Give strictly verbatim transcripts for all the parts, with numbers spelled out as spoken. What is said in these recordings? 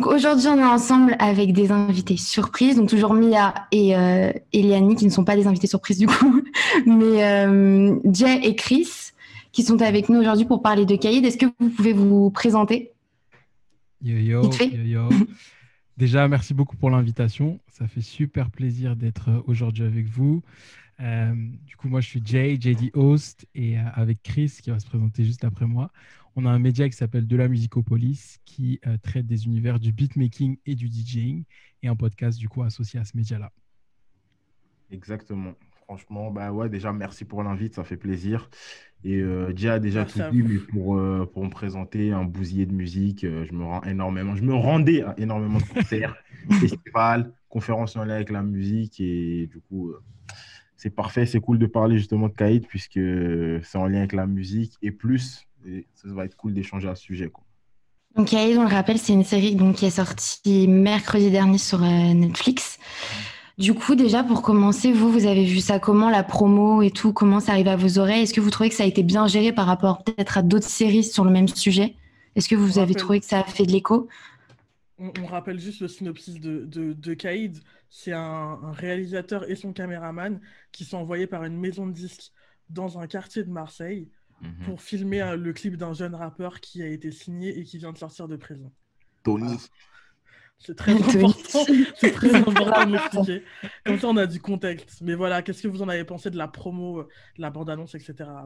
Donc aujourd'hui, on est ensemble avec des invités surprises, donc toujours Mia et euh, Eliani qui ne sont pas des invités surprises du coup, mais euh, Jay et Chris qui sont avec nous aujourd'hui pour parler de Caïd. Est-ce que vous pouvez vous présenter Yo vite yo, fait? yo yo. Déjà, merci beaucoup pour l'invitation. Ça fait super plaisir d'être euh, aujourd'hui avec vous. Euh, du coup, moi, je suis Jay, J D Host, et euh, avec Chris, qui va se présenter juste après moi. On a un média qui s'appelle De la Musicopolis, qui euh, traite des univers du beatmaking et du DJing, et un podcast, du coup, associé à ce média-là. Exactement. Franchement, bah ouais, déjà, merci pour l'invite, ça fait plaisir. Et euh, Jay a déjà Merci tout à dit, vous. mais pour, euh, pour me présenter, un bousier de musique, euh, je me rends énormément, je me rendais à énormément de concerts, festivals, conférences en lien avec la musique. Et du coup, euh, c'est parfait, c'est cool de parler justement de Kaïd, puisque c'est en lien avec la musique et plus. Et ça va être cool d'échanger à ce sujet, quoi. Donc Caïd, on le rappelle, c'est une série donc, qui est sortie mercredi dernier sur euh, Netflix. Du coup, déjà pour commencer, vous, vous avez vu ça comment, la promo et tout, comment ça arrive à vos oreilles? Est-ce que vous trouvez que ça a été bien géré par rapport peut-être à d'autres séries sur le même sujet? Est-ce que On vous avez rappelle, trouvé que ça a fait de l'écho? on, on rappelle juste le synopsis de, de, de Caïd. C'est un, un réalisateur et son caméraman qui sont envoyés par une maison de disques dans un quartier de Marseille Mhm. pour filmer euh, le clip d'un jeune rappeur qui a été signé et qui vient de sortir de prison. Tony. Voilà. C'est très Tony. important, c'est très C'est important de important. l'expliquer. Comme ça, on a du contexte. Mais voilà, qu'est-ce que vous en avez pensé de la promo, euh, de la bande-annonce, et cetera.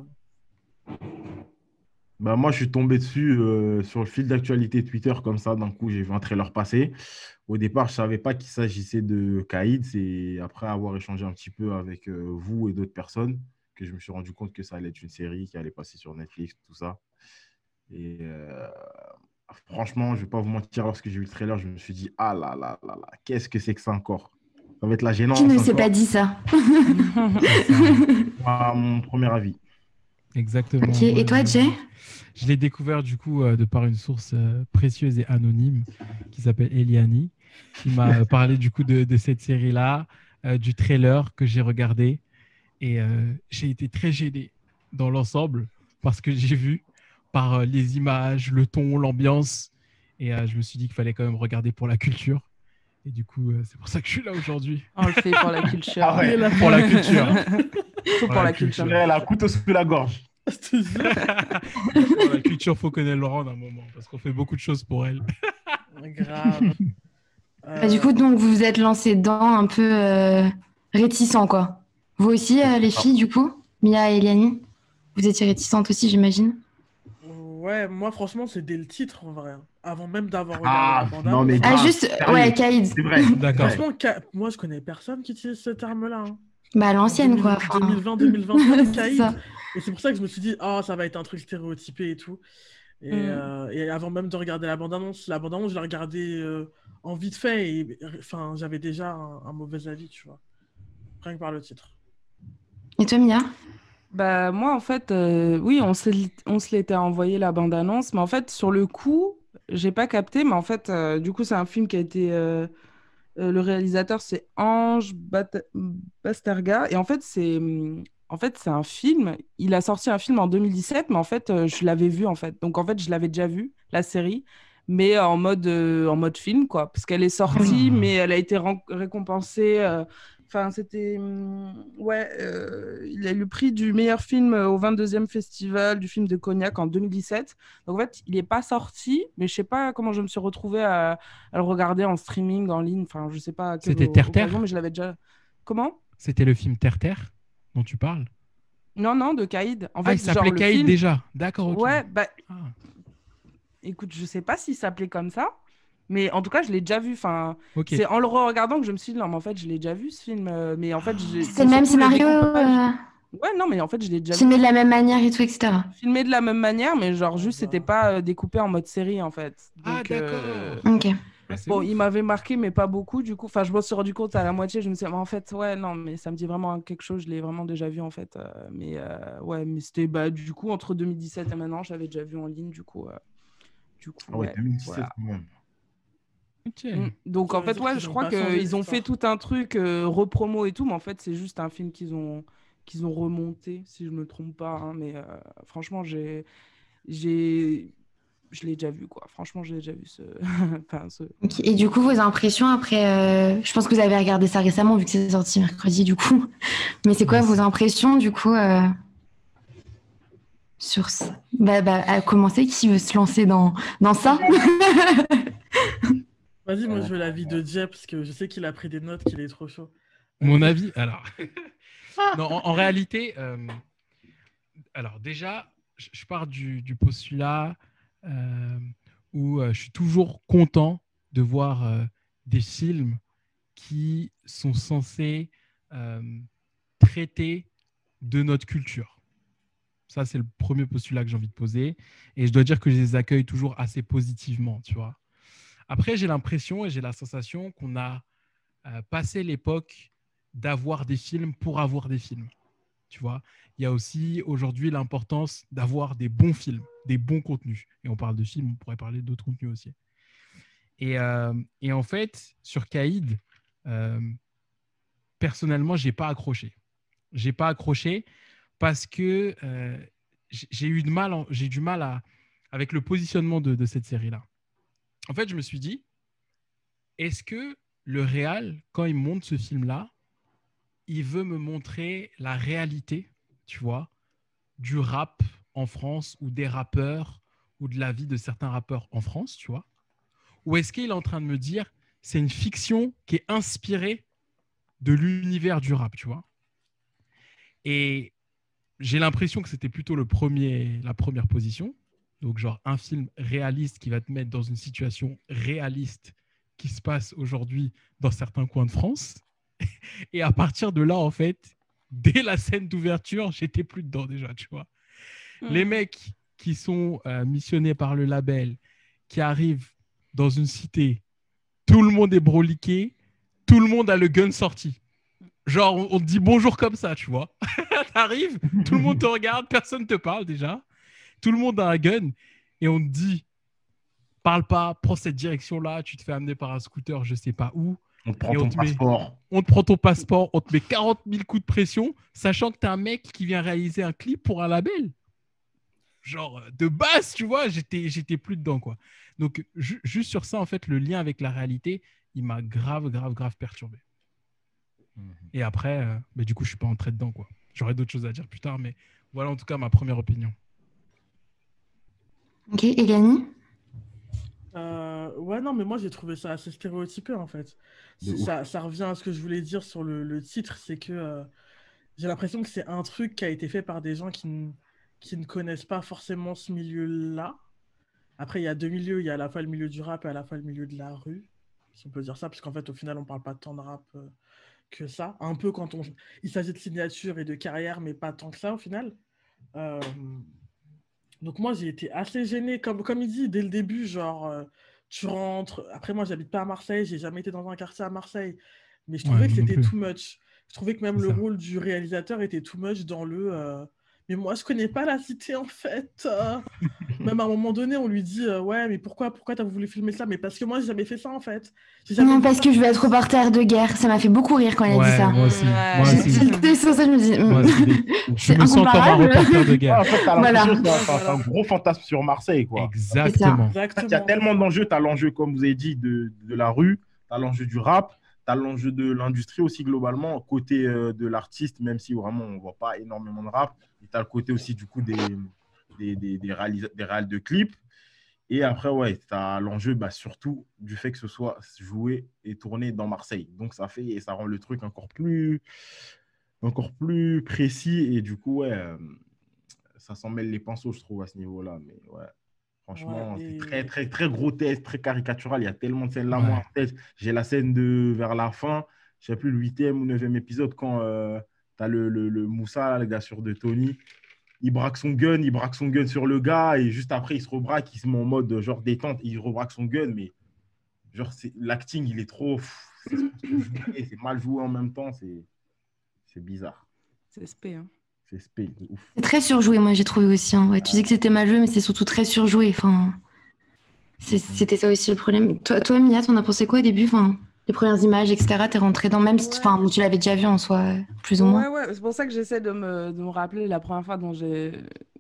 Bah, moi, je suis tombé dessus euh, sur le fil d'actualité Twitter, comme ça, d'un coup, j'ai vu un trailer passer. Au départ, je ne savais pas qu'il s'agissait de Kaïd. C'est après avoir échangé un petit peu avec euh, vous et d'autres personnes que je me suis rendu compte que ça allait être une série qui allait passer sur Netflix, tout ça. Et euh, franchement, je ne vais pas vous mentir, lorsque j'ai vu le trailer, je me suis dit, ah là là là là, qu'est-ce que c'est que ça encore? Ça va être la Qui ne gênance s'est pas encore. dit ça? C'est ça. À mon premier avis. Exactement. Ok, Moi, et toi, je, Jay? je l'ai découvert, du coup, euh, de par une source euh, précieuse et anonyme qui s'appelle Eliani, qui m'a parlé, du coup, de, de cette série-là, euh, du trailer que j'ai regardé. Et euh, j'ai été très gêné dans l'ensemble parce que j'ai vu par euh, les images, le ton, l'ambiance. Et euh, je me suis dit qu'il fallait quand même regarder pour la culture. Et du coup, euh, c'est pour ça que je suis là aujourd'hui. On le fait pour la culture. Ah Il est ouais, là Pour la culture. Tout pour la culture. ouais, la couteau sous la gorge. Je te jure. Pour la culture, faut connaître le rendre à un moment parce qu'on fait beaucoup de choses pour elle. Grave. Bah, du Euh, coup, donc, vous vous êtes lancé dedans un peu euh, réticent, quoi. Vous aussi, euh, les filles, du coup? Mia et Eliani? Vous étiez réticentes aussi, j'imagine? Ouais, moi franchement, c'est dès le titre en vrai. Avant même d'avoir regardé la Ah, non, mais bande-annonce. Ah, grave, juste, ouais, sérieux. Caïd. C'est vrai. D'accord. Franchement, Ca- moi je connais personne qui utilise ce terme-là, hein. Bah, à En l'ancienne, quoi. Enfin, deux mille vingt deux mille vingt et un, c'est Caïd. ça. Et c'est pour ça que je me suis dit, ah, ça va être un truc stéréotypé et tout. Et, Mm. euh, et avant même de regarder la bande-annonce, la bande-annonce, je l'ai regardée euh, en vite fait. Et enfin, j'avais déjà un, un mauvais avis, tu vois. Rien que par le titre. Et toi, Mia? Bah, moi, en fait, euh, oui, on se, l- on se l'était envoyé la bande-annonce, mais en fait, sur le coup, j'ai pas capté, mais en fait, euh, du coup, c'est un film qui a été. Euh, euh, le réalisateur, c'est Ange Bat- Basterga, et en fait, c'est. hum, En fait, c'est un film. Il a sorti un film en deux mille dix-sept, mais en fait, euh, je l'avais vu, en fait. Donc, en fait, je l'avais déjà vu, la série, mais en mode, euh, en mode film, quoi. Parce qu'elle est sortie, Ah. mais elle a été ren- récompensée. euh, Enfin, c'était. hum, Ouais, euh, il a eu le prix du meilleur film euh, au vingt-deuxième festival du film de Cognac en deux mille dix-sept. Donc, en fait, il n'est pas sorti, mais je sais pas comment je me suis retrouvée à, à le regarder en streaming, en ligne. Enfin, je sais pas à quelle C'était o- Terre occasion, Terre. mais je l'avais déjà. Comment? C'était le film Terre Terre dont tu parles. Non, non, de Caïd. En Ah, il fait, genre, s'appelait le Kaïd film. déjà. D'accord, ok. Ouais, bah, Ah. écoute, je sais pas s'il s'appelait comme ça, mais en tout cas, je l'ai déjà vu. Enfin, Ok. c'est en le regardant que je me suis dit, non, mais en fait, je l'ai déjà vu ce film. euh, Mais en fait, j'ai- C'est mais le même surtout le scénario, découpage. euh, Ouais, non, mais en fait, je l'ai déjà vu. filmé de la même manière et tout, et cetera. Filmé de la même manière, mais genre, Ah juste, c'était bah. pas euh, découpé en mode série, en fait. Ah, Donc, euh, d'accord. Ok. Ah, c'est bon, ouf. il m'avait marqué, mais pas beaucoup, du coup. Enfin, je me suis rendu compte à la moitié, je me suis dit, mais en fait, ouais, non, mais ça me dit vraiment quelque chose, je l'ai vraiment déjà vu, en fait. euh, Mais euh, ouais, mais c'était, bah, du coup, entre deux mille dix-sept et maintenant, j'avais déjà vu en ligne, du coup. euh, Du coup, Ah ouais, ouais, deux mille dix-sept voilà. quand même. Ok. Mm. Donc Ça en veut fait, dire ouais, qu'ils je n'ont crois pas changé qu'ils ont fait l'histoire. tout un truc euh, repromo et tout, mais en fait, c'est juste un film qu'ils ont qu'ils ont remonté, si je me trompe pas. hein. Mais euh, franchement, j'ai j'ai je l'ai déjà vu, quoi. Franchement, je l'ai déjà vu, ce... enfin, ce... Ok. Et du coup, vos impressions après, euh, je pense que vous avez regardé ça récemment vu que c'est sorti mercredi, du coup. Mais c'est quoi Ouais, vos c'est- impressions, du coup, euh, sur ça? Bah, bah, à commencer, qui veut se lancer dans, dans ça? Vas-y, moi Euh, je veux l'avis de Jay parce que je sais qu'il a pris des notes, qu'il est trop chaud. Mon Vas-y. avis, alors. Non, en, en réalité, euh, alors déjà, je, je pars du, du postulat euh, où euh, je suis toujours content de voir euh, des films qui sont censés euh, traiter de notre culture. Ça, c'est le premier postulat que j'ai envie de poser. Et je dois dire que je les accueille toujours assez positivement, tu vois. Après, j'ai l'impression et j'ai la sensation qu'on a euh, passé l'époque d'avoir des films pour avoir des films. Tu vois, il y a aussi aujourd'hui l'importance d'avoir des bons films, des bons contenus. Et on parle de films, on pourrait parler d'autres contenus aussi. Et, euh, et en fait, sur Caïd, euh, personnellement, j'ai pas accroché. J'ai pas accroché parce que euh, j'ai eu de mal, en- j'ai du mal à, avec le positionnement de, de cette série-là. En fait, je me suis dit, est-ce que le réal, quand il monte ce film-là, il veut me montrer la réalité, tu vois, du rap en France ou des rappeurs ou de la vie de certains rappeurs en France, tu vois? Ou est-ce qu'il est en train de me dire c'est une fiction qui est inspirée de l'univers du rap, tu vois? Et j'ai l'impression que c'était plutôt le premier, la première position. Donc, genre, un film réaliste qui va te mettre dans une situation réaliste qui se passe aujourd'hui dans certains coins de France. Et à partir de là, en fait, dès la scène d'ouverture, j'étais plus dedans déjà, tu vois. Hmm. Les mecs qui sont euh, missionnés par le label, qui arrivent dans une cité, tout le monde est broliqué, tout le monde a le gun sorti. Genre, on, on te dit bonjour comme ça, tu vois. T'arrives, tout le monde te regarde, personne ne te parle déjà. Tout le monde a un gun et on te dit, parle pas, prends cette direction-là, tu te fais amener par un scooter, je sais pas où. On te prend Et on ton te met, passeport. on te prend ton passeport, on te met quarante mille coups de pression, sachant que t'es un mec qui vient réaliser un clip pour un label. Genre, de base, tu vois, j'étais, j'étais plus dedans, quoi. Donc, ju- juste sur ça, en fait, le lien avec la réalité, il m'a grave, grave, grave perturbé. Et après, euh, bah, du coup, je suis pas entré dedans, quoi. J'aurais d'autres choses à dire plus tard, mais voilà en tout cas ma première opinion. Ok, Elani? Euh, ouais, non, mais moi j'ai trouvé ça assez stéréotypé en fait. De C'est- ouf. Ça, ça revient à ce que je voulais dire sur le, le titre, c'est que euh, j'ai l'impression que c'est un truc qui a été fait par des gens qui, n- qui ne connaissent pas forcément ce milieu-là. Après, il y a deux milieux, il y a à la fois le milieu du rap et à la fois le milieu de la rue, si on peut dire ça, parce qu'en fait, au final, on parle pas tant de rap euh, que ça. Un peu quand on... il s'agit de signature et de carrière, mais pas tant que ça au final. Euh, Donc moi, j'ai été assez gênée, comme, comme il dit, dès le début, genre, euh, tu rentres... Après, moi, j'habite pas à Marseille, j'ai jamais été dans un quartier à Marseille, mais je Ouais, trouvais que moi non c'était plus. too much. Je trouvais que même C'est le ça. rôle du réalisateur était too much dans le... euh, Mais moi, je connais pas la cité, en fait. euh. Même à un moment donné, on lui dit, euh, ouais, mais pourquoi, pourquoi t'as voulu filmer ça? Mais parce que moi, j'ai jamais fait ça, en fait. J'ai jamais Non, vu parce ça. que je veux être reporter de guerre. Ça m'a fait beaucoup rire quand il a dit Ouais, ça. moi aussi. Ouais. Moi J'ai aussi. tilté sur ça, je me dis, Moi hmm, aussi. Je c'est me sens comme un incomparable. reporter de Ouais, guerre. en fait, t'as Voilà. l'impression que c'est un, c'est un- c'est Voilà. un gros fantasme sur Marseille, quoi. C'est ça. Exactement. En fait, il y a Exactement. tellement d'enjeux. Tu as l'enjeu, comme vous avez dit, de, de la rue, tu as l'enjeu du rap, tu as l'enjeu de l'industrie aussi, globalement, côté euh, de l'artiste, même si vraiment on ne voit pas énormément de rap. Et tu as le côté aussi, du coup, des, des, des, des, réalis- des réals de clips. Et après, ouais, tu as l'enjeu bah, surtout du fait que ce soit joué et tourné dans Marseille. Donc, ça fait et ça rend le truc encore plus, encore plus précis. Et du coup, ouais, euh, ça s'en mêle les pinceaux, je trouve, à ce niveau-là. Mais ouais. Ouais, Franchement, c'est très, et... très, très grotesque, très caricatural. Il y a tellement de scènes là, moi, Ouais. en tête. J'ai la scène de vers la fin, je ne sais plus, le huitième ou neuvième épisode, quand euh, tu as le, le, le Moussa, le gars sûr de Tony. Il braque son gun, il braque son gun sur le gars, et juste après, il se rebraque, il se met en mode genre détente, il rebraque son gun, mais genre, c'est, l'acting, il est trop. pff, C'est joué, c'est mal joué en même temps, c'est, c'est bizarre. C'est S P, hein. C'est spé, de ouf. C'est très surjoué, moi, j'ai trouvé aussi. Hein. Ouais, tu dis que c'était mal joué, mais c'est surtout très surjoué. Enfin, c'est- c'était ça aussi le problème. Toi, toi Mia, t'en as pensé quoi au début? Enfin, les premières images, et cetera. T'es rentrée dans même, si- Ouais. enfin, tu l'avais déjà vu en soi, plus ou moins. Ouais, ouais, c'est pour ça que j'essaie de me, de me rappeler la première fois dont j'ai...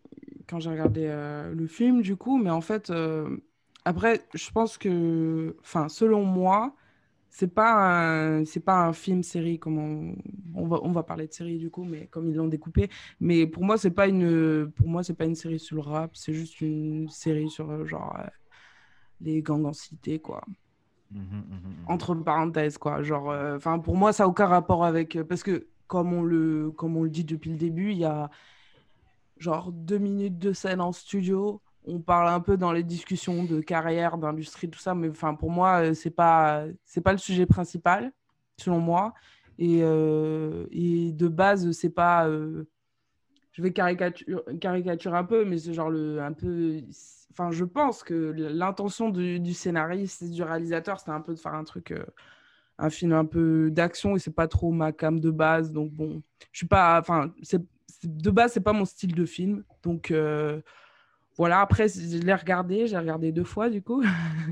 quand j'ai regardé euh, le film, du coup. Mais en fait, euh, après, je pense que, enfin, selon moi, c'est pas un, c'est pas un film-série, comme on, on va, on va parler de série, du coup, mais comme ils l'ont découpé. Mais pour moi, c'est pas une, pour moi, c'est pas une série sur le rap, c'est juste une série sur, euh, genre, euh, les gangs en cité, quoi. Mhm, mhm, mhm. Entre parenthèses, quoi. Genre, enfin, pour moi, ça n'a aucun rapport avec... euh, Parce que, comme on le, comme on le dit depuis le début, il y a genre deux minutes de scène en studio. On parle un peu dans les discussions de carrière, d'industrie, tout ça. Mais enfin, pour moi, euh, c'est pas, c'est pas le sujet principal, selon moi. Et, euh, et de base, c'est pas... euh, je vais caricature, caricaturer un peu, mais c'est genre le, un peu... Enfin, je pense que l'intention du, du scénariste et du réalisateur, c'était un peu de faire un truc... euh, un film un peu d'action et c'est pas trop ma came de base, donc bon, je suis pas, enfin, c'est, c'est- de base c'est pas mon style de film, donc euh, voilà. Après, je l'ai regardé, j'ai regardé deux fois du coup,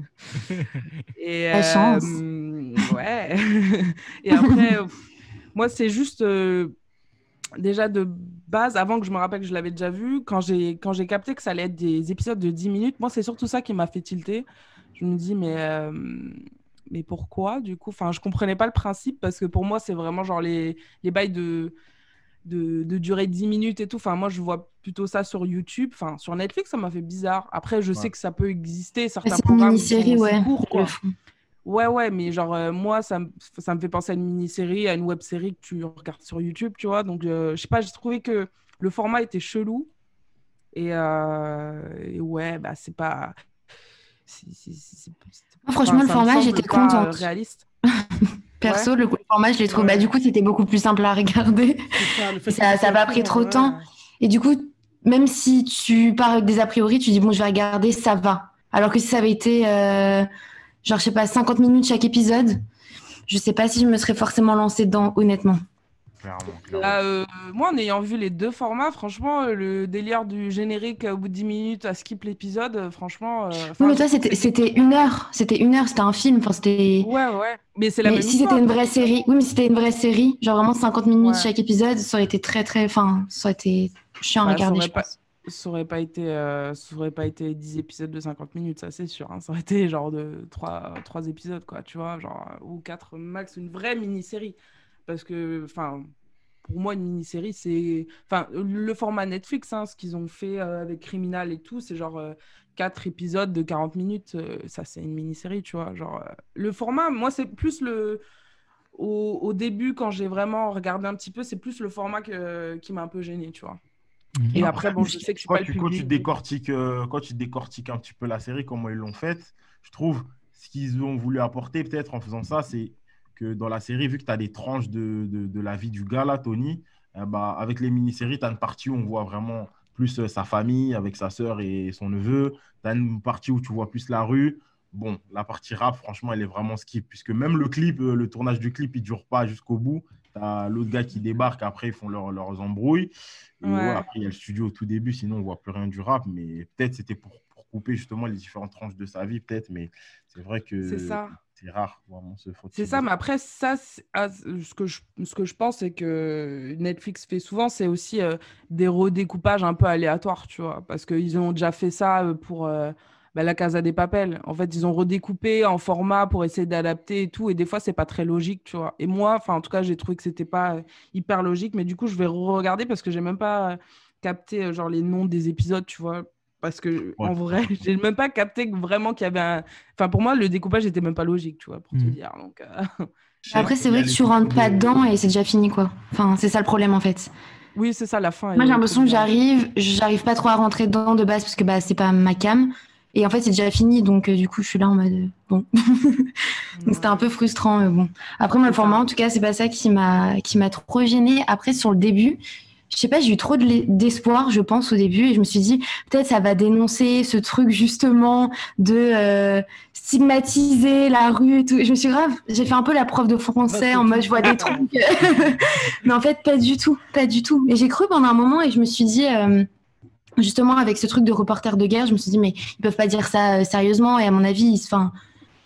et La euh, chance. ouais, et après, pff, moi c'est juste euh, déjà de base, avant que je me rappelle que je l'avais déjà vu, quand j'ai quand j'ai capté que ça allait être des épisodes de dix minutes, moi c'est surtout ça qui m'a fait tilter. Je me dis mais euh, mais pourquoi du coup? Enfin, je comprenais pas le principe parce que pour moi c'est vraiment genre les les bails de de, de durer dix minutes et tout. Enfin, moi je vois plutôt ça sur YouTube, enfin sur Netflix, ça m'a fait bizarre. Après, je Ouais. sais que ça peut exister Ouais, certains c'est une programmes qui sont mini-série, aussi ouais, courts ils le quoi. font. Ouais, ouais, mais genre, euh, moi, ça me, ça me fait penser à une mini-série, à une web-série que tu regardes sur YouTube, tu vois. Donc, euh, je sais pas, j'ai trouvé que le format était chelou. Et, euh, et ouais, bah, c'est pas. c'est- c'est- c'est- c'est- c'est- Moi, Enfin, franchement, le ça me format, semble j'étais pas euh, contente. réaliste. Ouais, Perso, le le format, je l'ai trouvé. Bah, Ouais, du coup, c'était beaucoup plus simple à regarder. c'est ça, le Et fait que ça, ce ça n'a soit pas pris court, trop de temps. ouais. Et du coup, même si tu pars avec des a priori, tu dis, bon, je vais regarder, ça va. Alors que si ça avait été, euh, genre, je sais pas, cinquante minutes chaque épisode, je sais pas si je me serais forcément lancée dedans, honnêtement. Clairement, clairement. là, euh, moi, en ayant vu les deux formats, franchement, euh, le délire du générique euh, au bout de dix minutes à skip l'épisode, euh, franchement, euh, Oui, enfin, mais j'ai toi, trouvé que c'était, c'était. c'était une heure. C'était une heure, c'était un film. Enfin, c'était... Ouais, ouais, mais c'est la Mais même si c'était histoire. une vraie série, oui, mais si c'était une vraie série, genre vraiment cinquante minutes Ouais. chaque épisode, ça aurait été très, très, enfin, ça aurait été chiant à Bah, ça regarder, aurait je pas, pense. ça aurait pas été, euh, ça aurait pas été dix épisodes de cinquante minutes, ça c'est sûr, hein. Ça aurait été genre de trois trois épisodes, quoi, tu vois, genre, euh, ou quatre max, une vraie mini-série. Parce que, enfin, pour moi, une mini-série, c'est. Enfin, le format Netflix, hein, ce qu'ils ont fait euh, avec Criminal et tout, c'est genre euh, quatre épisodes de quarante minutes. euh, ça, c'est une mini-série, tu vois. Genre, euh, le format, moi, c'est plus le. Au, au début, quand j'ai vraiment regardé un petit peu, c'est plus le format que, qui m'a un peu gêné, tu vois. Mhm. Et Après, après, bon, je sais que je suis quand pas le tu, quand tu public. Donc, décortiques, euh, quand tu décortiques un petit peu la série, comment ils l'ont faite, je trouve ce qu'ils ont voulu apporter peut-être en faisant ça, c'est que dans la série, vu que tu as des tranches de, de, de la vie du gars là, Tony, eh bah, avec les mini-séries, tu as une partie où on voit vraiment plus euh, sa famille avec sa sœur et son neveu. Tu as une partie où tu vois plus la rue. Bon, la partie rap, franchement, elle est vraiment skip, puisque même le clip, euh, le tournage du clip, il ne dure pas jusqu'au bout. Tu as l'autre gars qui débarque, après, ils font leur- leurs embrouilles. Et ouais, ouais, après, il y a le studio au tout début, sinon on ne voit plus rien du rap. Mais peut-être c'était pour, pour couper justement les différentes tranches de sa vie, peut-être. Mais c'est vrai c'est que ça. c'est rare, vraiment, ce faut C'est type de ça, mais format. après, ça, c'est- ah, ce que je, ce que je pense, c'est que Netflix fait souvent, c'est aussi euh, des redécoupages un peu aléatoires, tu vois, parce qu'ils ont déjà fait ça euh, pour euh, bah, La Casa des Papel. En fait, ils ont redécoupé en format pour essayer d'adapter et tout, et des fois, c'est pas très logique, tu vois. Et moi, enfin, en tout cas, j'ai trouvé que c'était pas euh, hyper logique, mais du coup, je vais regarder parce que j'ai même pas euh, capté euh, genre les noms des épisodes, tu vois. Parce que Ouais. en vrai, j'ai même pas capté que vraiment qu'il y avait un. Enfin, pour moi, le découpage était même pas logique, tu vois, pour te Mhm. dire. Donc, euh, Je sais Après, c'est qu'il y a vrai que tu l'épisode rentres pas de... dedans et c'est déjà fini, quoi. Enfin, c'est ça le problème, en fait. oui, c'est ça, la fin Moi, j'ai est trop l'impression que bizarre. j'arrive, j'arrive pas trop à rentrer dedans de base parce que bah, c'est pas ma cam. Et en fait, c'est déjà fini, donc euh, du coup, je suis là en mode euh, bon. Donc c'était un Ouais, peu frustrant, mais bon. Après, moi, le c'est format, ça. en tout cas, c'est pas ça qui m'a qui m'a trop gênée. Après, sur le début, je sais pas, j'ai eu trop de l'e- d'espoir, je pense, au début, et je me suis dit, peut-être ça va dénoncer ce truc justement de euh, stigmatiser la rue et tout. Et je me suis grave, j'ai fait un peu la prof de Bah, français c'est en tout mode, le je vois des contraire, en trucs. fait. Mais en fait, pas du tout, pas du tout. Et j'ai cru pendant un moment et je me suis dit, euh, justement, avec ce truc de reporter de guerre, je me suis dit, mais ils peuvent pas dire ça euh, sérieusement. Et à mon avis, ils, enfin,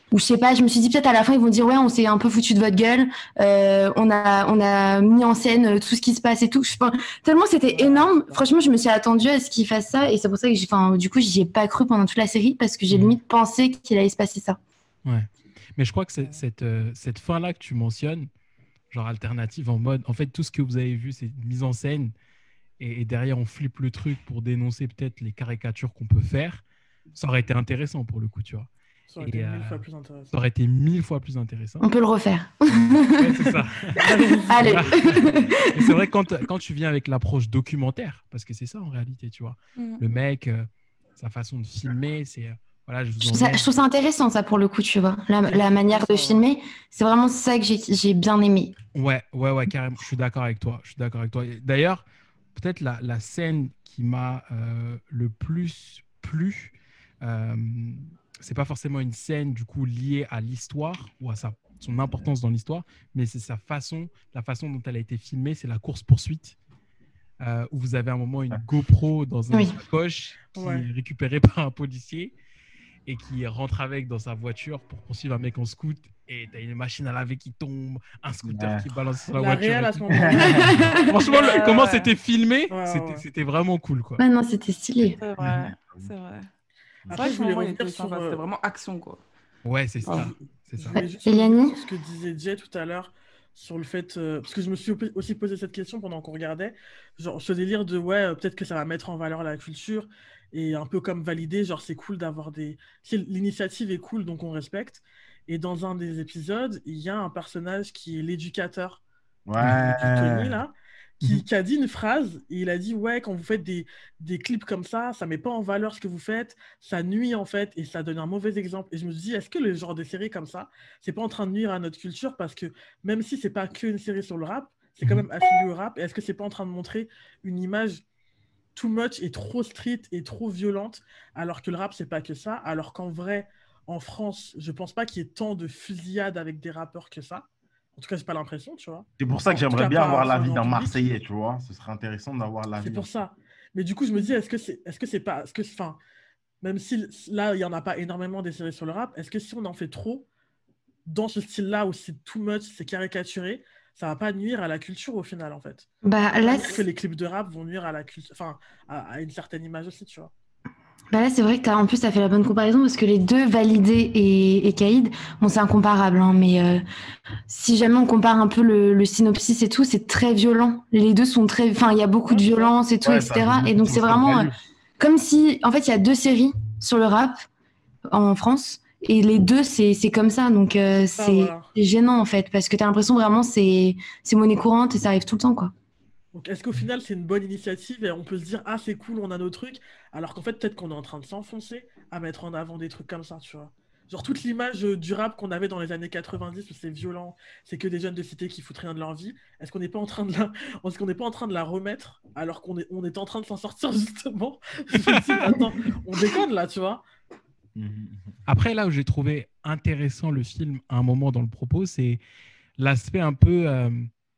Ou je sais pas, je me suis dit peut-être à la fin ils vont dire ouais, on s'est un peu foutu de votre gueule, euh, on a on a mis en scène tout ce qui se passe et tout. Je sais pas, tellement c'était énorme. Franchement, je me suis attendue à ce qu'ils fassent ça et c'est pour ça que j'ai, enfin, du coup, j'y ai pas cru pendant toute la série parce que j'ai Mhm. limite pensé qu'il allait se passer ça. Ouais. Mais je crois que c'est- cette, euh, cette fin-là que tu mentionnes, genre alternative en mode, en fait, tout ce que vous avez vu, c'est une mise en scène et, et derrière, on flippe le truc pour dénoncer peut-être les caricatures qu'on peut faire. Ça aurait été intéressant pour le coup, tu vois. Ça aurait Et été euh, mille fois plus ça intéressant. aurait été mille fois plus intéressant. On peut le refaire. Ouais, c'est ça. Allez. Mais c'est vrai que quand, quand tu viens avec l'approche documentaire, parce que c'est ça en réalité, tu vois. Mm. Le mec, euh, sa façon de filmer, c'est euh, voilà, je Je vous trouve, ça, emmène. je trouve ça intéressant ça pour le coup, tu vois. La, C'est la manière de exactement ça, ouais. filmer, c'est vraiment ça que j'ai j'ai bien aimé. Ouais, ouais, ouais, carrément. Je suis d'accord avec toi. Je suis d'accord avec toi. Et d'ailleurs, peut-être la, la scène qui m'a euh, le plus plu, euh, c'est pas forcément une scène du coup liée à l'histoire ou à sa, son importance dans l'histoire, mais c'est sa façon, la façon dont elle a été filmée, c'est la course-poursuite. Euh, où vous avez à un moment une GoPro dans une Oui. sacoche qui Ouais. est récupérée par un policier et qui rentre avec dans sa voiture pour poursuivre un mec en scoot. Et t'as une machine à laver qui tombe, un scooter Ouais. qui balance sur la, La voiture. réal et à tout. ce moment-là. Franchement, le- Ouais, comment ouais. c'était filmé, Ouais, c'était, ouais. c'était vraiment cool, quoi. Ouais, non, c'était stylé. C'est vrai, c'est vrai. C'est Après, vrai je que le voulais moment, il revenir était sur, sympa. C'était euh, vraiment action, quoi. Ouais, c'est Pardon. ça. C'est je ça. voulais juste Eliani revenir sur ce que disait Jay tout à l'heure, sur le fait, euh, parce que je me suis op- aussi posé cette question pendant qu'on regardait, genre ce délire de ouais, euh, peut-être que ça va mettre en valeur la culture et un peu comme valider, genre c'est cool d'avoir des, tu sais, l'initiative est cool donc on respecte. Et dans un des épisodes, il y a un personnage qui est l'éducateur de, de Tony Ouais. là, Mhm. qui, qui a dit une phrase et il a dit ouais, quand vous faites des, des clips comme ça, ça met pas en valeur ce que vous faites, ça nuit en fait et ça donne un mauvais exemple. Et je me dis, est-ce que le genre de série comme ça, c'est pas en train de nuire à notre culture parce que même si c'est pas qu'une série sur le rap, c'est quand Mhm. même affilié au rap. Et est-ce que c'est pas en train de montrer une image too much et trop street et trop violente alors que le rap c'est pas que ça, alors qu'en vrai en France, je pense pas qu'il y ait tant de fusillades avec des rappeurs que ça. En tout cas, j'ai pas l'impression, tu vois. C'est pour ça que En tout j'aimerais cas, bien pas avoir sur le l'avis grand d'un public. Marseillais, tu vois. Ce serait intéressant d'avoir C'est l'avis. pour ça. Mais du coup, je me dis, est-ce que c'est, est-ce que c'est pas, est-ce que, enfin, même si là, il y en a pas énormément des séries sur le rap, est-ce que si on en fait trop dans ce style-là où c'est too much, c'est caricaturé, ça va pas nuire à la culture au final, en fait. Bah De là, manière que c'est- les clips de rap vont nuire à la culture, enfin, à, à une certaine image aussi, tu vois. bah là, c'est vrai que t'as, en plus, ça fait la bonne comparaison parce que les deux, Validé et, et Caïd, bon, c'est incomparable, hein, mais euh, si jamais on compare un peu le, le synopsis et tout, c'est très violent. Les deux sont très, enfin, il y a beaucoup Ouais, de c'est ça. violence et tout, Ouais, ça joue et cetera. Et beaucoup donc, sur c'est le shock vraiment euh, value. comme si, en fait, il y a deux séries sur le rap en France et les deux, c'est, c'est comme ça. Donc, euh, Ça, c'est voilà. c'est gênant, en fait, parce que t'as l'impression vraiment c'est c'est monnaie courante et ça arrive tout le temps, quoi. Donc, est-ce qu'au final, c'est une bonne initiative et on peut se dire, ah, c'est cool, on a nos trucs, alors qu'en fait, peut-être qu'on est en train de s'enfoncer à mettre en avant des trucs comme ça, tu vois. Genre, toute l'image euh, du rap qu'on avait dans les années quatre-vingt-dix où c'est violent, c'est que des jeunes de cité qui foutent rien de leur vie, est-ce qu'on n'est pas en train de la, est-ce qu'on n'est pas en train de la remettre alors qu'on est, on est en train de s'en sortir justement? Je me dis, mais attends, on déconne là, tu vois. Mhm. Après, là où j'ai trouvé intéressant le film à un moment dans le propos, c'est l'aspect un peu euh,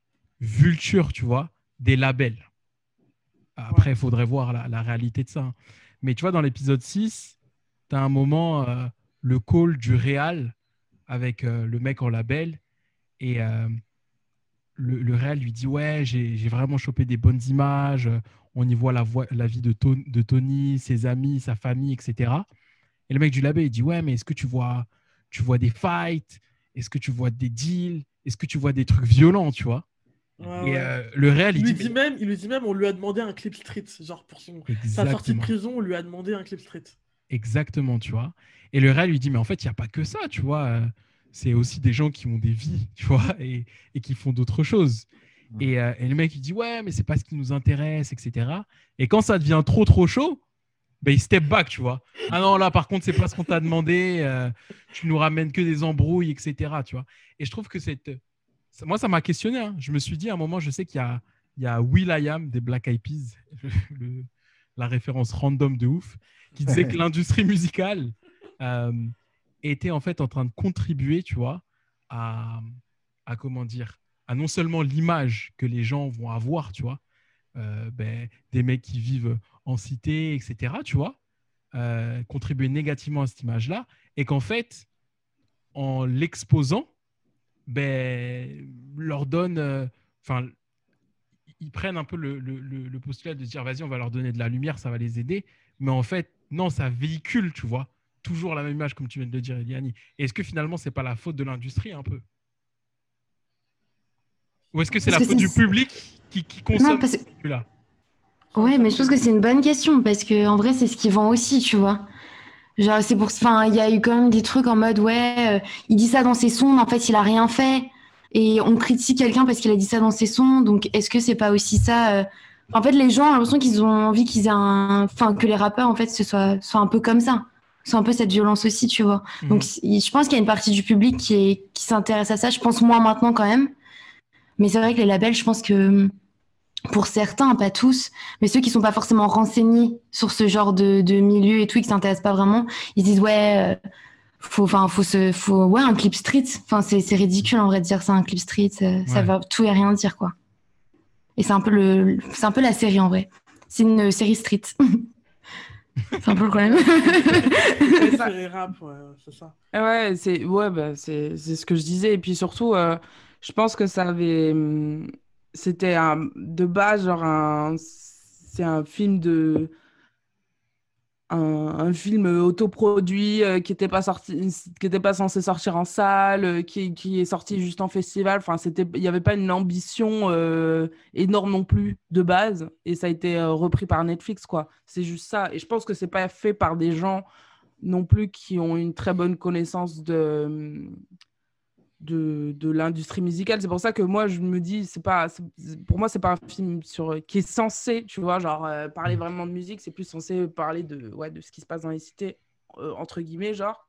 vulture, tu vois, des labels. Après, il Ouais. faudrait voir la, la réalité de ça, hein. Mais tu vois, dans l'épisode six, tu as un moment, euh, le call du réal avec euh, le mec en label. Et euh, le, le réal lui dit, ouais, j'ai j'ai vraiment chopé des bonnes images. euh, On y voit la, voix- la vie de, Ton- de Tony, ses amis, sa famille, et cetera. Et le mec du label, il dit, ouais, mais est-ce que tu vois, tu vois des fights? Est-ce que tu vois des deals? Est-ce que tu vois des trucs violents, tu vois? Ouais, Et ouais. euh, le réal, Il il lui dit, dit mais même, il lui dit même, on lui a demandé un clip street, genre pour son, sa sortie de exactement. prison, on lui a demandé un clip street. Exactement, tu vois. Et le réel lui dit, mais en fait, il n'y a pas que ça, tu vois. euh, C'est aussi des gens qui ont des vies, tu vois, et, et qui font d'autres choses. Et, euh, et le mec, il dit, ouais, mais c'est pas ce qui nous intéresse, et cetera. Et quand ça devient trop, trop chaud, ben, il step back, tu vois. Ah non, là, par contre, c'est pas ce qu'on t'a demandé. euh, tu nous ramènes que des embrouilles, et cetera. Tu vois. Et je trouve que cette... ça- moi, ça m'a questionné, hein. Je me suis dit, à un moment, je sais qu'il y a, il y a will.i.am des Black Eyed Peas, le- la référence random de ouf, qui disait que l'industrie musicale euh, était en fait en train de contribuer, tu vois, à, à comment dire, à non seulement l'image que les gens vont avoir, tu vois, euh, ben, des mecs qui vivent en cité, et cetera, tu vois, euh, contribuer négativement à cette image-là, et qu'en fait, en l'exposant, ben, leur donne, enfin, euh, ils prennent un peu le, le, le, le postulat de dire, vas-y, on va leur donner de la lumière, ça va les aider. Mais en fait, non, ça véhicule, tu vois, toujours la même image, comme tu viens de le dire, Eliani. Est-ce que finalement, c'est pas la faute de l'industrie un peu? Ou est-ce que c'est Parce la que faute c'est- du public qui, qui consomme Non, parce ce contenu-là? Ouais, mais je pense que c'est une bonne question parce que en vrai, c'est ce qui vend aussi, tu vois. Genre, c'est pour, enfin, il y a eu quand même des trucs en mode, ouais, euh, il dit ça dans ses sons, mais en fait, il a rien fait. Et on critique quelqu'un parce qu'il a dit ça dans ses sons. Donc, est-ce que c'est pas aussi ça euh, En fait, les gens ont l'impression qu'ils ont envie qu'ils aient un, enfin, que les rappeurs, en fait, ce soit, soient un peu comme ça. C'est un peu cette violence aussi, tu vois. Donc, Mhm. c- je pense qu'il y a une partie du public qui est, qui s'intéresse à ça. Je pense moins maintenant quand même. Mais c'est vrai que les labels, je pense que pour certains, pas tous, mais ceux qui sont pas forcément renseignés sur ce genre de, de milieu et tout, et qui s'intéressent pas vraiment, ils disent ouais, euh, faut, enfin, faut se, faut, ouais, un clip street. Enfin, c'est, c'est ridicule en vrai de dire ça, un clip street, euh, ça Ouais. va tout et rien dire quoi. Et c'est un peu le, c'est un peu la série en vrai. C'est une série street. C'est un peu le problème. C'est ça- série rap, ouais, c'est ça. Ouais, c'est ouais, bah, c'est c'est ce que je disais. Et puis surtout, euh, je pense que ça avait. hum, C'était un- de base, genre, un, c'est un film de. Un, un film autoproduit euh, qui n'était pas sorti, qui était pas censé sortir en salle, euh, qui, qui est sorti juste en festival. Enfin, c'était, il n'y avait pas une ambition euh, énorme non plus de base. Et ça a été euh, repris par Netflix, quoi. C'est juste ça. Et je pense que c'est pas fait par des gens non plus qui ont une très bonne connaissance de, de, de l'industrie musicale. C'est pour ça que moi, je me dis, c'est pas, c'est- pour moi, c'est pas un film sur, qui est censé, tu vois, genre, euh, parler vraiment de musique, c'est plus censé parler de, ouais, de ce qui se passe dans les cités, euh, entre guillemets, genre.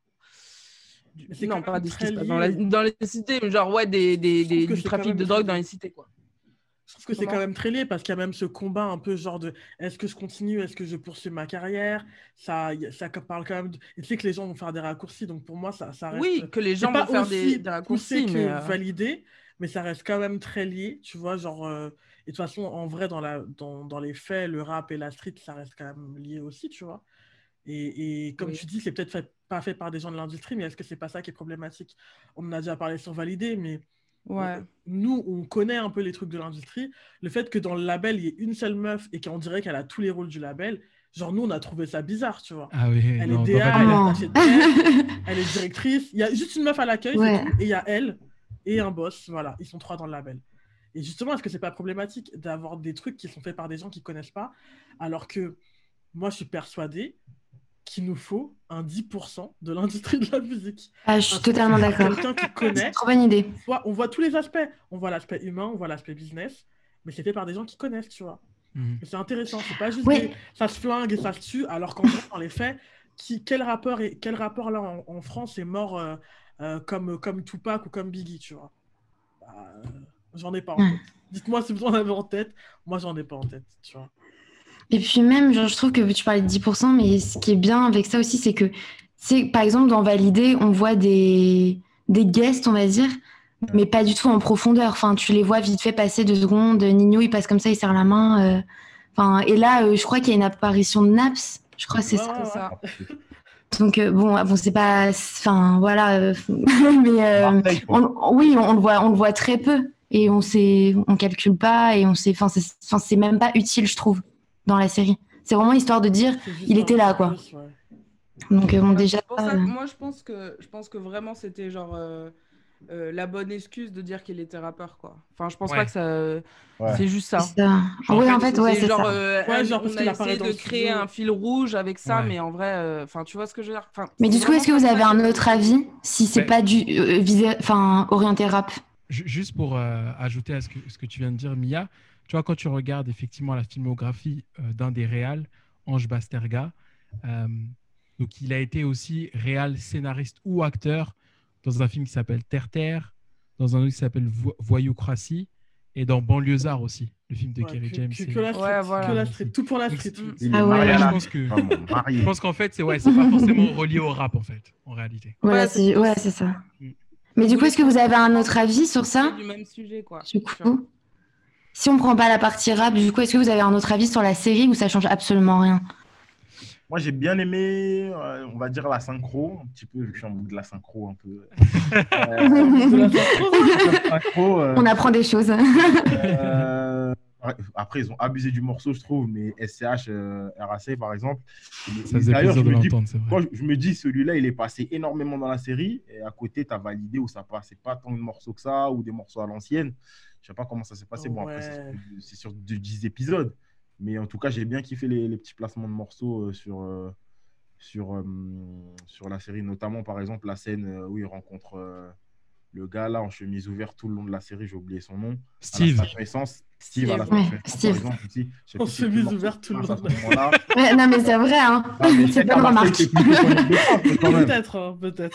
Du- Mais c'est non, quand pas même de ce qui très se passe dans, la- lié. dans les cités, mais genre, ouais, des, des, Je trouve des- que du c'est quand trafic même de très drogue dans lié. les cités, quoi. Je trouve que c'est Comment? quand même très lié parce qu'il y a même ce combat un peu genre de est-ce que je continue, est-ce que je poursuis ma carrière? Ça, y a- ça parle quand même. De... Et tu sais que les gens vont faire des raccourcis, donc pour moi, ça, ça reste. Oui, que les C'est gens vont pas faire des, aussi des poussé raccourcis, que mais... euh, validé, mais ça reste quand même très lié, tu vois. Genre, euh, Et de toute façon, en vrai, dans, la... dans, dans les faits, le rap et la street, ça reste quand même lié aussi, tu vois. Et, et comme oui. tu dis, c'est peut-être fait- pas fait par des gens de l'industrie, mais est-ce que c'est pas ça qui est problématique? On en a déjà parlé sur Validé, mais Ouais. on- nous, on connaît un peu les trucs de l'industrie. Le fait que dans le label, il y ait une seule meuf et qu'on dirait qu'elle a tous les rôles du label, genre nous, on a trouvé ça bizarre, tu vois. Ah oui, Elle non, est dans D A, elle est Valida. Vraiment. attachée de presse, elle est directrice. Il y a juste une meuf à l'accueil, Ouais. c'est tout. Et il y a elle et un boss. Voilà, ils sont trois dans le label. Et justement, est-ce que c'est pas problématique d'avoir des trucs qui sont faits par des gens qui connaissent pas, alors que moi, je suis persuadé qu'il nous faut un dix pour cent de l'industrie de la musique. Ah, je suis Un totalement sourcing par d'accord. quelqu'un qui C'est connaît. une trop bonne idée. On voit, on voit tous les aspects. On voit l'aspect humain, on voit l'aspect business, mais c'est fait par des gens qui connaissent, tu vois. Mhm. Et c'est intéressant. C'est pas juste Oui. des... ça se flingue et ça se tue, alors qu'en vrai, dans les faits, qui... quel rappeur est... quel rappeur là en, en France est mort euh, euh, comme, comme Tupac ou comme Biggie, tu vois. Bah, euh, j'en ai pas en Ouais. tête. Dites-moi si vous en avez en tête. Moi, j'en ai pas en tête, tu vois. Et puis même, genre, je trouve que tu parlais de dix pour cent, mais ce qui est bien avec ça aussi, c'est que, c'est par exemple, dans Validé, on voit des, des guests, on va dire, mais pas du tout en profondeur. Enfin, tu les vois vite fait passer deux secondes. Nino, il passe comme ça, il serre la main. euh. Enfin, et là, euh, je crois qu'il y a une apparition de Naps. Je crois que c'est Ouais, ça. ouais, C'est ouais. ça. Donc, euh, bon, bon, c'est pas. Enfin, voilà. euh, mais euh, Marseille, quoi. on- oui, on le voit, on le voit très peu. Et on sait, on calcule pas et on sait. Enfin, c'est enfin, c'est même pas utile, je trouve, dans la série. C'est vraiment histoire de dire, C'est juste il un était là, quoi. plus, ouais. Donc, euh, bon, Ouais, déjà. c'est pour ça euh, que moi, je pense que, je pense que vraiment, c'était genre euh, euh, la bonne excuse de dire qu'il était rappeur, quoi. Enfin, je pense Ouais. pas que ça... Ouais. C'est juste ça. c'est ça. Genre, Oui, en en fait, fait, ouais, C'est c'est genre, ça. euh, Ouais, un- genre parce on qu'il a apparaît essayé dans de le créer studio. un fil rouge avec ça, Ouais. mais en vrai, euh, enfin, tu vois ce que je veux dire. Enfin, Mais c'est du coup, est-ce que vraiment vous comme avez ça un que- autre avis si c'est Mais- pas du euh, visé, enfin, orienté rap? Ju- Juste pour euh, ajouter à ce que, ce que tu viens de dire, Mia, tu vois, quand tu regardes effectivement la filmographie euh, d'un des réals, Ange Basterga, euh, donc il a été aussi réal, scénariste ou acteur dans un film qui s'appelle Terre Terre, dans un autre qui s'appelle Vo- Voyoucratie, et dans Banlieusard aussi, le film de Ouais, Kerry que, James. que, et- que la street, Ouais, voilà. que la street, tout pour la street. Mm. Il est Ah ouais. marié à Je la pense que, Vraiment, marié. je pense qu'en fait, c'est ouais, c'est pas forcément relié au rap en fait, en réalité. Voilà, Ouais, c'est c'est plutôt ouais, ça. c'est ça. Mm. Mais du Vous coup, est-ce que vous voulez avez un autre avis sur ça? parler du même sujet, quoi. Du Tu vois. coup, si on prend pas la partie rap, du coup, est-ce que vous avez un autre avis sur la série ou ça change absolument rien? Moi, j'ai bien aimé, euh, on va dire, la synchro, un petit peu, vu que je suis en bout de la synchro, un peu. Euh, De la synchro. la synchro, euh, On apprend des choses. euh, après, ils ont abusé du morceau, je trouve, mais S C H, euh, R A C, par exemple. Et- Ça et faisait D'ailleurs, plaisir je de me dis, l'entendre, c'est vrai. moi, je me dis, celui-là, il est passé énormément dans la série, et à côté, tu as validé où ça passait pas tant de morceaux que ça, ou des morceaux à l'ancienne. Je sais pas comment ça s'est passé. Bon, après, c'est Ouais. sur- c'est sur de- dix épisodes. Mais en tout cas, j'ai bien kiffé les, les petits placements de morceaux euh, sur, euh, sur, euh, sur la série, notamment par exemple la scène euh, où il rencontre euh, le gars là en chemise ouverte tout le long de la série, j'ai oublié son nom, à la Steve. station essence. Steve à la Steve. station Ouais, essence, Steve. par exemple, aussi. Je sais En plus c'est quel chemise morceau ouverte qui tout le passe long à de ce la- moment-là. Ouais, non, mais c'est vrai, hein. Non, mais C'est peut-être bonne à Marseille, remarque. c'est plutôt son Île-de-France, mais quand même. Peut-être, hein, peut-être.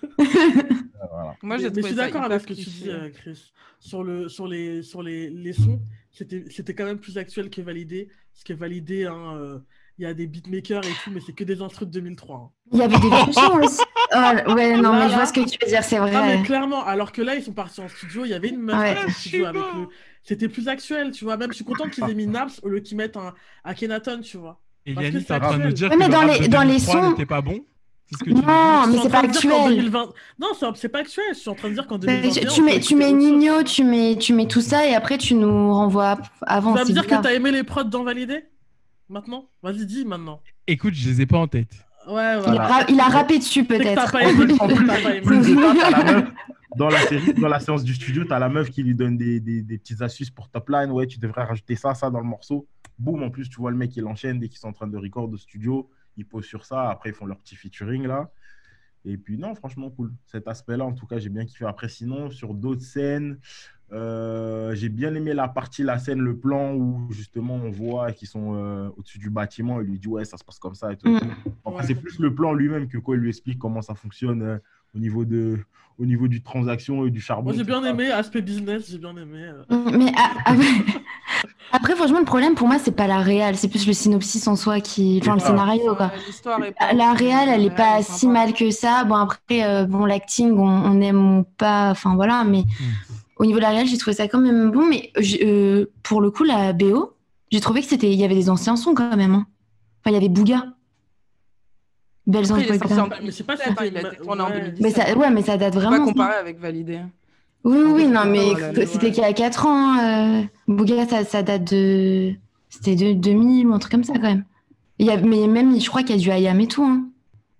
Euh, voilà. Moi, Mais, j'ai mais trouvé je suis ça d'accord hyper avec ce que tu cliché. dis, euh, Chris. Sur, le, sur, les, sur les, les sons, c'était c'était quand même plus actuel que Validé. Parce que Validé, hein, euh, il y a des beatmakers et tout, mais c'est que des instrus de deux mille trois. hein. Il y avait des vieux sons aussi. Oh, ouais, non, Là, mais je vois là. ce que tu veux dire, c'est Ah, mais vrai. clairement, alors que là, ils sont partis en studio, il y avait une meuf Ouais. qui était en studio avec le. C'était plus actuel, tu vois. Même, je suis content qu'ils aient mis Naps au lieu qu'ils mettent un Akhenaton, tu vois. Parce que Eliani, c'est t'es en train de me actuel. dire Ouais, que mais le dans rap les- de dans les deux mille trois sons- n'était pas bon? C'est ce que tu veux dire? Non, Je mais suis en c'est train pas de dire qu'en actuel. deux mille vingt. Non, c'est c'est pas actuel. Je suis en train de dire qu'en Mais deux mille vingt et un. Tu, tu on mets, peut tu écouter mets autre chose, Nino, tu vois. tu mets, tu mets tout ça et après tu nous renvoies Tu avant. vas me C'est dire que bizarre. t'as aimé les prods dans Validé maintenant? Vas-y, dis maintenant. Écoute, je les ai pas en tête. Ouais, Il a, voilà. ra- il a rappé dessus C'est que t'as peut-être. pas aimé. En C'est que plus, t'as pas en aimé. plus de ça, t'as la meuf dans la série, dans la séance du studio, tu as la meuf qui lui donne des, des, des petites astuces pour top line. Ouais, tu devrais rajouter ça, ça dans le morceau. Boum, en plus, tu vois le mec, il enchaîne dès qu'ils sont en train de record au studio. Ils posent sur ça. Après, ils font leur petit featuring là. Et puis, non, franchement, cool. Cet aspect-là, en tout cas, j'ai bien kiffé. Après, sinon, sur d'autres scènes, euh, j'ai bien aimé la partie, la scène, le plan où justement on voit qu'ils sont euh, au-dessus du bâtiment. Il lui dit, ouais, ça se passe comme ça et tout. et Mm. tout. Après, Ouais. c'est plus le plan lui-même que quoi il lui explique comment ça fonctionne euh, au niveau de, au niveau du transaction et du charbon. Moi, j'ai tout bien ça. aimé aspect business. J'ai bien aimé. euh. Mm, Mais a- après, après, franchement, le problème pour moi, c'est pas la réal, c'est plus le synopsis en soi qui. Enfin, le ça. scénario, quoi. Ouais, l'histoire est pas La ouf, réal, mais elle est la pas réal est si sympa. mal que ça. Bon, après, euh, bon, l'acting, on, on aime ou pas. Enfin, voilà. Mais Mm. au niveau de la réal, j'ai trouvé ça quand même bon. Mais j'ai- euh, pour le coup, la B O, j'ai trouvé que c'était. Il y avait des anciens sons quand même. hein. Enfin, il y avait Bouga. Belles Après, il est sorti en Entreprises. Mais c'est pas deux mille dix-sept, hein, il a c'était- été tourné en ouais. Mais deux mille dix-sept. ça, ouais, mais ça date Faut pas vraiment. ça. comparer avec Validé. Oui, oui, oui, non, mais Oh là là. c'était qu'il y a quatre ans. hein, euh, Bouga, ça, ça date de. C'était de deux mille ou un truc comme ça quand même. Il y a, mais même, je crois qu'il y a du I A M et tout. Hein,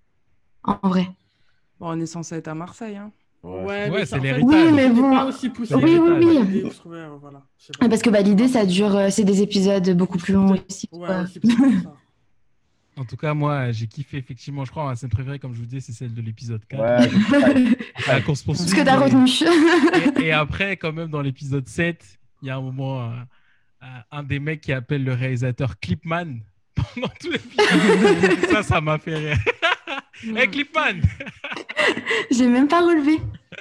en vrai. Bon, on est censé être à Marseille. Hein. Ouais, Ouais, Ouais, mais c'est ça, en fait, l'héritage. Oui, mais c'était bon. pas aussi poussé. Oui, que oui, oui. Validé, je trouvais, euh, voilà. Je sais pas. Parce que valider, ça dure. euh, C'est des épisodes beaucoup plus longs aussi. Ouais, quoi. aussi peut-être pour ça. En tout cas, moi, j'ai kiffé effectivement. Je crois ma scène préférée, comme je vous disais, c'est celle de l'épisode quatre. Ouais, je- La course poursuite. Ce que t'as retenu. Et, et après, quand même, dans l'épisode sept, il y a un moment, euh, euh, un des mecs qui appelle le réalisateur Clipman pendant tout l'épisode. Ça, ça m'a fait rire. Hey, Clipman! J'ai même pas relevé.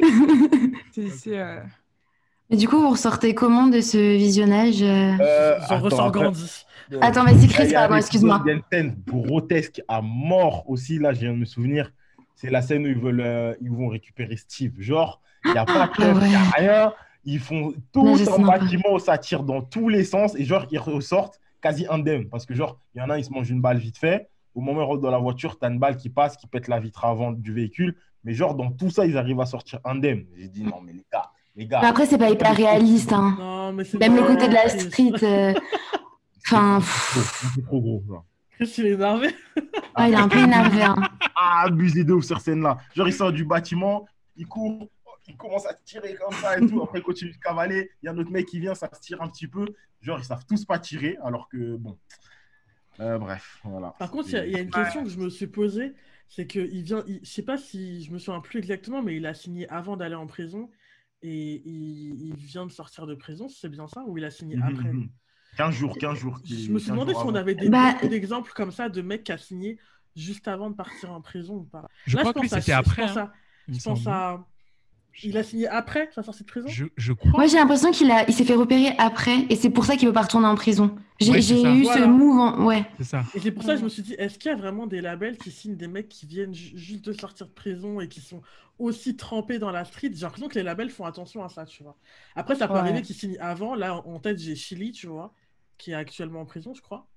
C'est, c'est, euh, Et du coup, vous ressortez comment de ce visionnage euh Euh, J'en attends, ressors après- grandi. Attends, vas-y, Chris, Là, il y a un pardon, épisode, excuse-moi. Il y a une scène grotesque à mort aussi, là, je viens de me souvenir. C'est la scène où ils, veulent, euh, ils vont récupérer Steve. Genre, il n'y a pas de Ah chef, il n'y a ouais. rien. Ils font tout Non, je sais un même pas. bâtiment où ça tire dans tous les sens et genre, ils ressortent quasi indemnes. Parce que genre, il y en a, ils se mangent une balle vite fait. Au moment où ils rentrent dans la voiture, tu as une balle qui passe, qui pète la vitre avant du véhicule. Mais genre, dans tout ça, ils arrivent à sortir indemnes. J'ai dit, non, mais les gars, les gars. Mais après, c'est pas hyper réaliste. Hein. Non, mais c'est Même le marrant, côté de la Chris. street. euh, Enfin, C'est trop gros, ça. Chris, il est énervé. ah, il est un peu énervé. Hein. Ah, abusé de ouf sur scène-là. Genre, il sort du bâtiment, il court, il commence à tirer comme ça et tout. Après, il continue de cavaler. Il y a un autre mec qui vient, ça se tire un petit peu. Genre, ils savent tous pas tirer, alors que, bon. Euh, bref, voilà. Par contre, il y a- il y, a une question que je me suis posée, c'est que il vient, il- je sais pas si je me souviens plus exactement, mais il a signé avant d'aller en prison et il, il vient de sortir de prison, c'est bien ça, ou il a signé Mhm, après? mhm. quinze jours, quinze jours. Je me suis demandé si on avait des, Bah- beaucoup d'exemples comme ça de mecs qui a signé juste avant de partir en prison ou pas. Je Là, crois je que lui, pense à- c'était je après. pense hein, à- il me Je pense semble. à. Il a signé après sa sortie de prison? Je, je crois. Moi, j'ai l'impression qu'il a, il s'est fait repérer après, et c'est pour ça qu'il veut pas retourner en prison. J'ai Ouais, c'est j'ai ça. eu Voilà. ce mouvement, ouais. C'est ça. Et c'est pour ça que je me suis dit, est-ce qu'il y a vraiment des labels qui signent des mecs qui viennent ju- juste de sortir de prison et qui sont aussi trempés dans la street? J'ai l'impression que les labels font attention à ça, tu vois. Après, ça peut Ouais. arriver qu'ils signent avant. Là, en tête, j'ai Chili, tu vois, qui est actuellement en prison, je crois.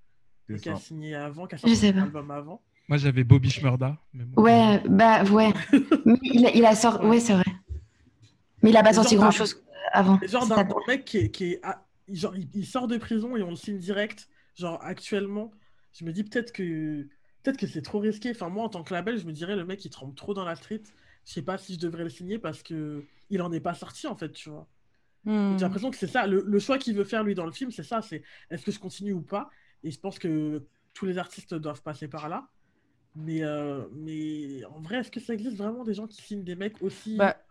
C'est et qui a ça. signé avant, qui a Je sorti sais son pas. album avant. Moi, j'avais Bobby Shmurda. Mais bon, Ouais, bah ouais. Mais il a, il a sorti. Ouais. Ouais, c'est vrai. Mais il a pas Et sorti genre, grand d'un, chose avant. et genre C'est d'un, ça. d'un mec qui est, qui est ah, genre, il, il sort de prison et on le signe direct. Genre, actuellement, je me dis peut-être que, peut-être que c'est trop risqué. Enfin, moi, en tant que label, je me dirais, le mec, il trempe trop dans la street. Je sais pas si je devrais le signer parce que il en est pas sorti, en fait, tu vois. Donc, j'ai Hmm. l'impression que c'est ça. Le, le choix qu'il veut faire, lui, dans le film, c'est ça. C'est est-ce que je continue ou pas? Et je pense que tous les artistes doivent passer par là. Mais, euh, mais en vrai, est-ce que ça existe vraiment des gens qui signent des mecs aussi? Bah,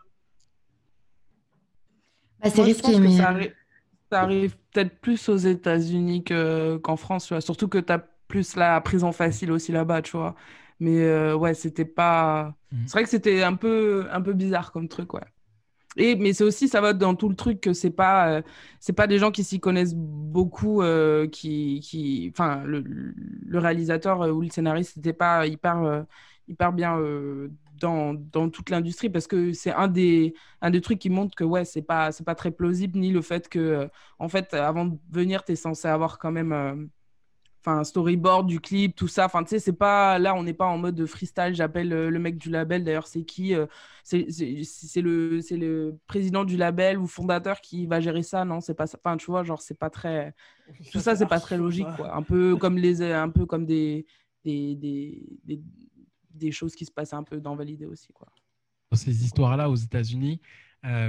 Bah, c'est moi, je risqué, pense que mais. ça euh, arrive, ça arrive peut-être plus aux États-Unis que, qu'en France, tu vois. Surtout que tu as plus la prison facile aussi là-bas, tu vois. Mais euh, ouais, c'était pas. Mhm. C'est vrai que c'était un peu, un peu bizarre comme truc, ouais. Et, mais c'est aussi, ça va dans tout le truc que c'est pas, euh, c'est pas des gens qui s'y connaissent beaucoup, euh, qui, qui, enfin, le, le réalisateur euh, ou le scénariste n'était pas hyper, euh, hyper bien euh, dans, dans toute l'industrie parce que c'est un des, un des trucs qui montre que ouais, c'est pas, c'est pas très plausible, ni le fait que, euh, en fait, avant de venir, tu es censé avoir quand même. euh, enfin storyboard du clip, tout ça. Enfin, tu sais, c'est pas là, on n'est pas en mode freestyle. J'appelle euh, le mec du label. D'ailleurs, c'est qui euh, c'est, c'est, c'est le, c'est le président du label ou fondateur qui va gérer ça. Non, c'est pas ça. Enfin, tu vois, genre, c'est pas très. Tout Ça, ça, c'est c'est pas archi très faux, logique, ça. quoi. Un peu comme les, un peu comme des, des, des, des, des choses qui se passent un peu dans Validé aussi, quoi. Dans ces histoires-là, aux États-Unis, euh,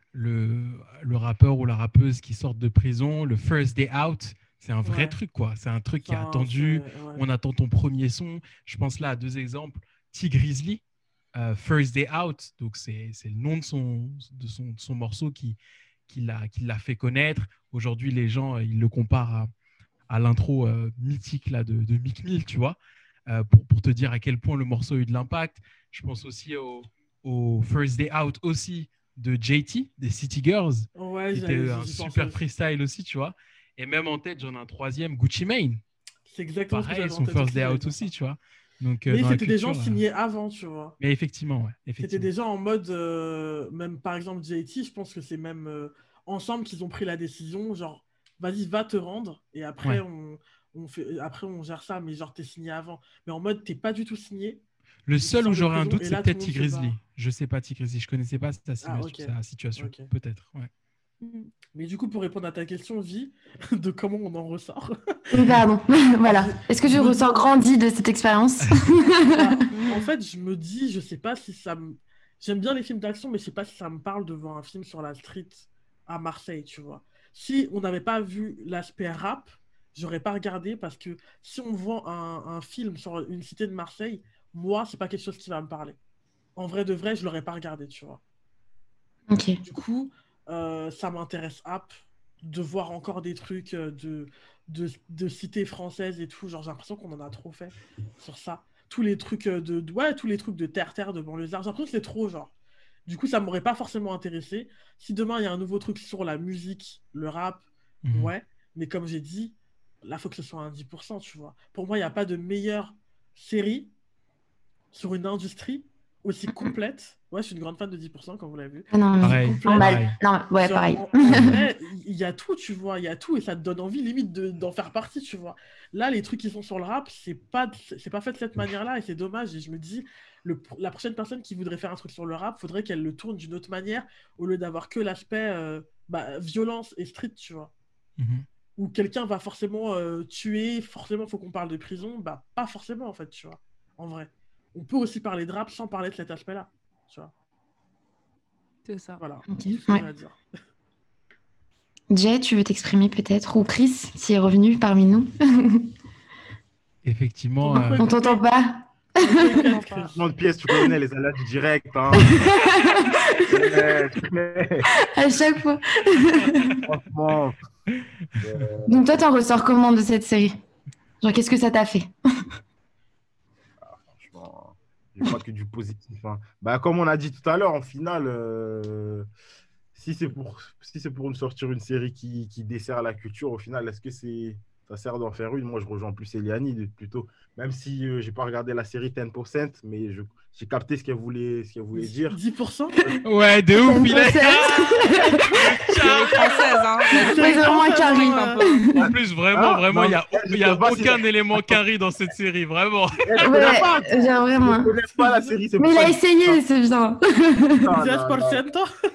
le, le rappeur ou la rappeuse qui sortent de prison, le first day out, c'est un vrai Ouais. truc, quoi. C'est un truc qui est Enfin, attendu. c'est... ouais. On attend ton premier son. Je pense là à deux exemples. T Grizzly, euh, First Day Out, donc c'est c'est le nom de son, de son, de son morceau qui, qui l'a qui l'a fait connaître. Aujourd'hui, les gens, euh, ils le comparent à, à l'intro euh, mythique là, de, de Meek Mill, tu vois, euh, pour, pour te dire à quel point le morceau a eu de l'impact. Je pense aussi au, au First Day Out aussi de J T, des City Girls, Ouais, qui j'allais- était j'y un j'y pensais super aussi. freestyle aussi, tu vois. Et même en tête, j'en ai un troisième, Gucci Mane. C'est exactement ce que Pareil, j'avais en son tête First aussi, Day j'allais Out dire ça. aussi, tu vois. Donc, euh, Mais dans la c'était des gens culture. euh, signés avant, tu vois. Mais effectivement, ouais, C'était effectivement. des gens en mode, euh, même par exemple J T, je pense que c'est même euh, ensemble qu'ils ont pris la décision, genre, vas-y, va te rendre, et après Ouais. on, on fait, après on gère ça, mais genre t'es signé avant. Mais en mode, t'es pas du tout signé, Le et tu seul sors où de j'aurais un prison, doute, et c'est là tout peut-être le T monde se Grizzly. bat. Je sais pas T Grizzly, je connaissais pas sa, Ah, situa- ok, sa situation. ok. Peut-être, ouais. Mais du coup, pour répondre à ta question, vie, de comment on en ressort, Oui, pardon. Voilà. je, Est-ce que je je me dis, ressors grandi de cette expérience? bah, en fait, je me dis, je sais pas si ça me... J'aime bien les films d'action, mais je sais pas si ça me parle de voir un film sur la street à Marseille, tu vois. Si on n'avait pas vu l'aspect rap, j'aurais pas regardé parce que si on voit un, un film sur une cité de Marseille, moi, c'est pas quelque chose qui va me parler. En vrai de vrai, je l'aurais pas regardé, tu vois. Ok. Du coup, euh, ça m'intéresse app de voir encore des trucs euh, de, de, de cités françaises et tout. Genre, j'ai l'impression qu'on en a trop fait sur ça. Tous les trucs euh, de, de- ouais, tous les trucs de terre-terre, de banlieusards. J'ai l'impression que c'est trop, genre. Du coup, ça m'aurait pas forcément intéressé. Si demain, il y a un nouveau truc sur la musique, le rap, Mhm. ouais. Mais comme j'ai dit, là, faut que ce soit un dix pour cent, tu vois. Pour moi, il n'y a pas de meilleure série sur une industrie aussi complète. Ouais, je suis une grande fan de dix pour cent, comme vous l'avez vu. Ah non, mais Aussi Pareil, complète. normal. pareil. Non, ouais, Genre, pareil. en, en vrai, il y a tout, tu vois, il y a tout, et ça te donne envie, limite, de- d'en faire partie, tu vois. Là, les trucs qui sont sur le rap, c'est pas, c'est pas fait de cette manière-là, et c'est dommage, et je me dis, le, la prochaine personne qui voudrait faire un truc sur le rap, faudrait qu'elle le tourne d'une autre manière, au lieu d'avoir que l'aspect euh, bah, violence et street, tu vois. Mhm. Où quelqu'un va forcément euh, tuer, forcément, faut qu'on parle de prison, bah, pas forcément, en fait, tu vois, en vrai. On peut aussi parler de rap sans parler de cet aspect-là, tu vois. C'est ça. Voilà, Ok. c'est tout ce que Ouais. j'ai à dire. Jay, tu veux t'exprimer peut-être? Ou Chris, s'il est revenu parmi nous? Effectivement, Ton euh, micro est On t'entend coupé. pas? Ton micro est Non, cut, pas. Chris. Changement de pièce, tu connais les aléas du direct. Hein. Ouais, tu connais. À chaque fois. Franchement, euh, Donc toi, t'en ressors comment de cette série? Genre, qu'est-ce que ça t'a fait? franchement, j'ai pas que du positif. Hein. Bah, comme on a dit tout à l'heure, en finale, euh, si c'est pour, si c'est pour nous sortir une série qui, qui dessert la culture, au final, est-ce que c'est, ça sert d'en faire une. Moi, je rejoins plus Eliani de- plutôt. Même si euh, j'ai pas regardé la série dix pour cent, mais je- j'ai capté ce qu'elle voulait, ce qu'elle voulait dire. dix pour cent. Ouais, de ouf, il est. Série française, hein. C'est vraiment carré. un peu. En plus, vraiment, Ah, vraiment, il n'y a, non, il y a je sais pas si- aucun élément carré dans cette série, vraiment. Eh, je connais Ouais, pas, genre je vraiment. connais pas la série. c'est Mais pour il ça a que- essayé, c'est bien. Non, non, dix non. pour cent.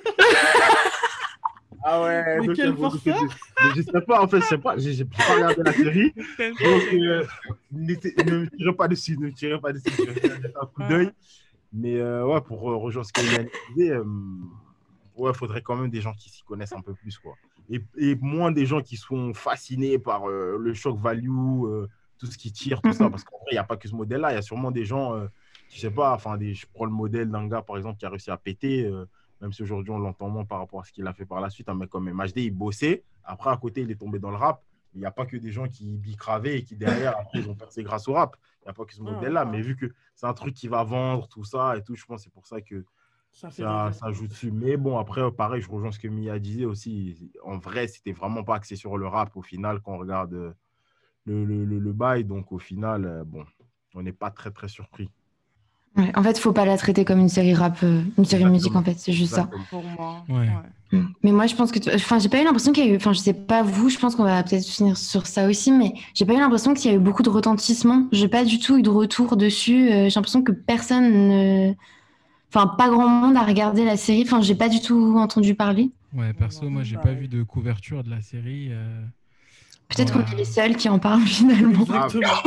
Ah ouais, Mais donc, quel elle vaut- forceur. Mais je sais pas, en fait, je sais pas, j'ai j'ai pas regardé la série. Donc, euh, n'était- ne me tirez pas dessus, ne me tirez pas dessus. Je vais jeter un coup d'œil. Mais euh, ouais, pour euh, rejoindre ce qu'Eliane disait, euh, ouais, il faudrait quand même des gens qui s'y connaissent un peu plus, quoi. Et, et moins des gens qui sont fascinés par euh, le shock value, euh, tout ce qui tire, tout ça. Parce qu'en vrai, il n'y a pas que ce modèle-là. Il y a sûrement des gens, euh, je sais pas, enfin, des, je prends le modèle d'un gars, par exemple, qui a réussi à péter. euh, Même si aujourd'hui, on l'entend moins par rapport à ce qu'il a fait par la suite. Un mec comme M H D, il bossait. Après, à côté, il est tombé dans le rap. Il n'y a pas que des gens qui bicravaient et qui, derrière, après, ils ont percé grâce au rap. Il n'y a pas que ce modèle-là. Mais vu que c'est un truc qui va vendre, tout ça et tout, je pense que c'est pour ça que Ça fait ça, rêver. ça joue dessus. Mais bon, après, pareil, je rejoins ce que Mia disait aussi. En vrai, c'était vraiment pas axé sur le rap au final quand on regarde euh, le, le, le, le bail. Donc, au final, euh, bon, on n'est pas très, très surpris. Ouais, en fait, faut pas la traiter comme une série rap, euh, une série Exactement. musique, en fait, c'est juste ça. Exactement. Pour moi. Ouais. ouais. Mm. Mais moi, je pense que, tu- enfin, j'ai pas eu l'impression qu'il y a eu, enfin, je sais pas vous, je pense qu'on va peut-être finir sur ça aussi, mais j'ai pas eu l'impression qu'il y a eu beaucoup de retentissement. J'ai pas du tout eu de retour dessus. Euh, j'ai l'impression que personne, ne... enfin, pas grand monde a regardé la série. Enfin, j'ai pas du tout entendu parler. Ouais, perso, moi, j'ai pas Pareil. vu de couverture de la série. euh, Peut-être dans qu'on la- est les seuls qui en parlent finalement. Ah, Exactement.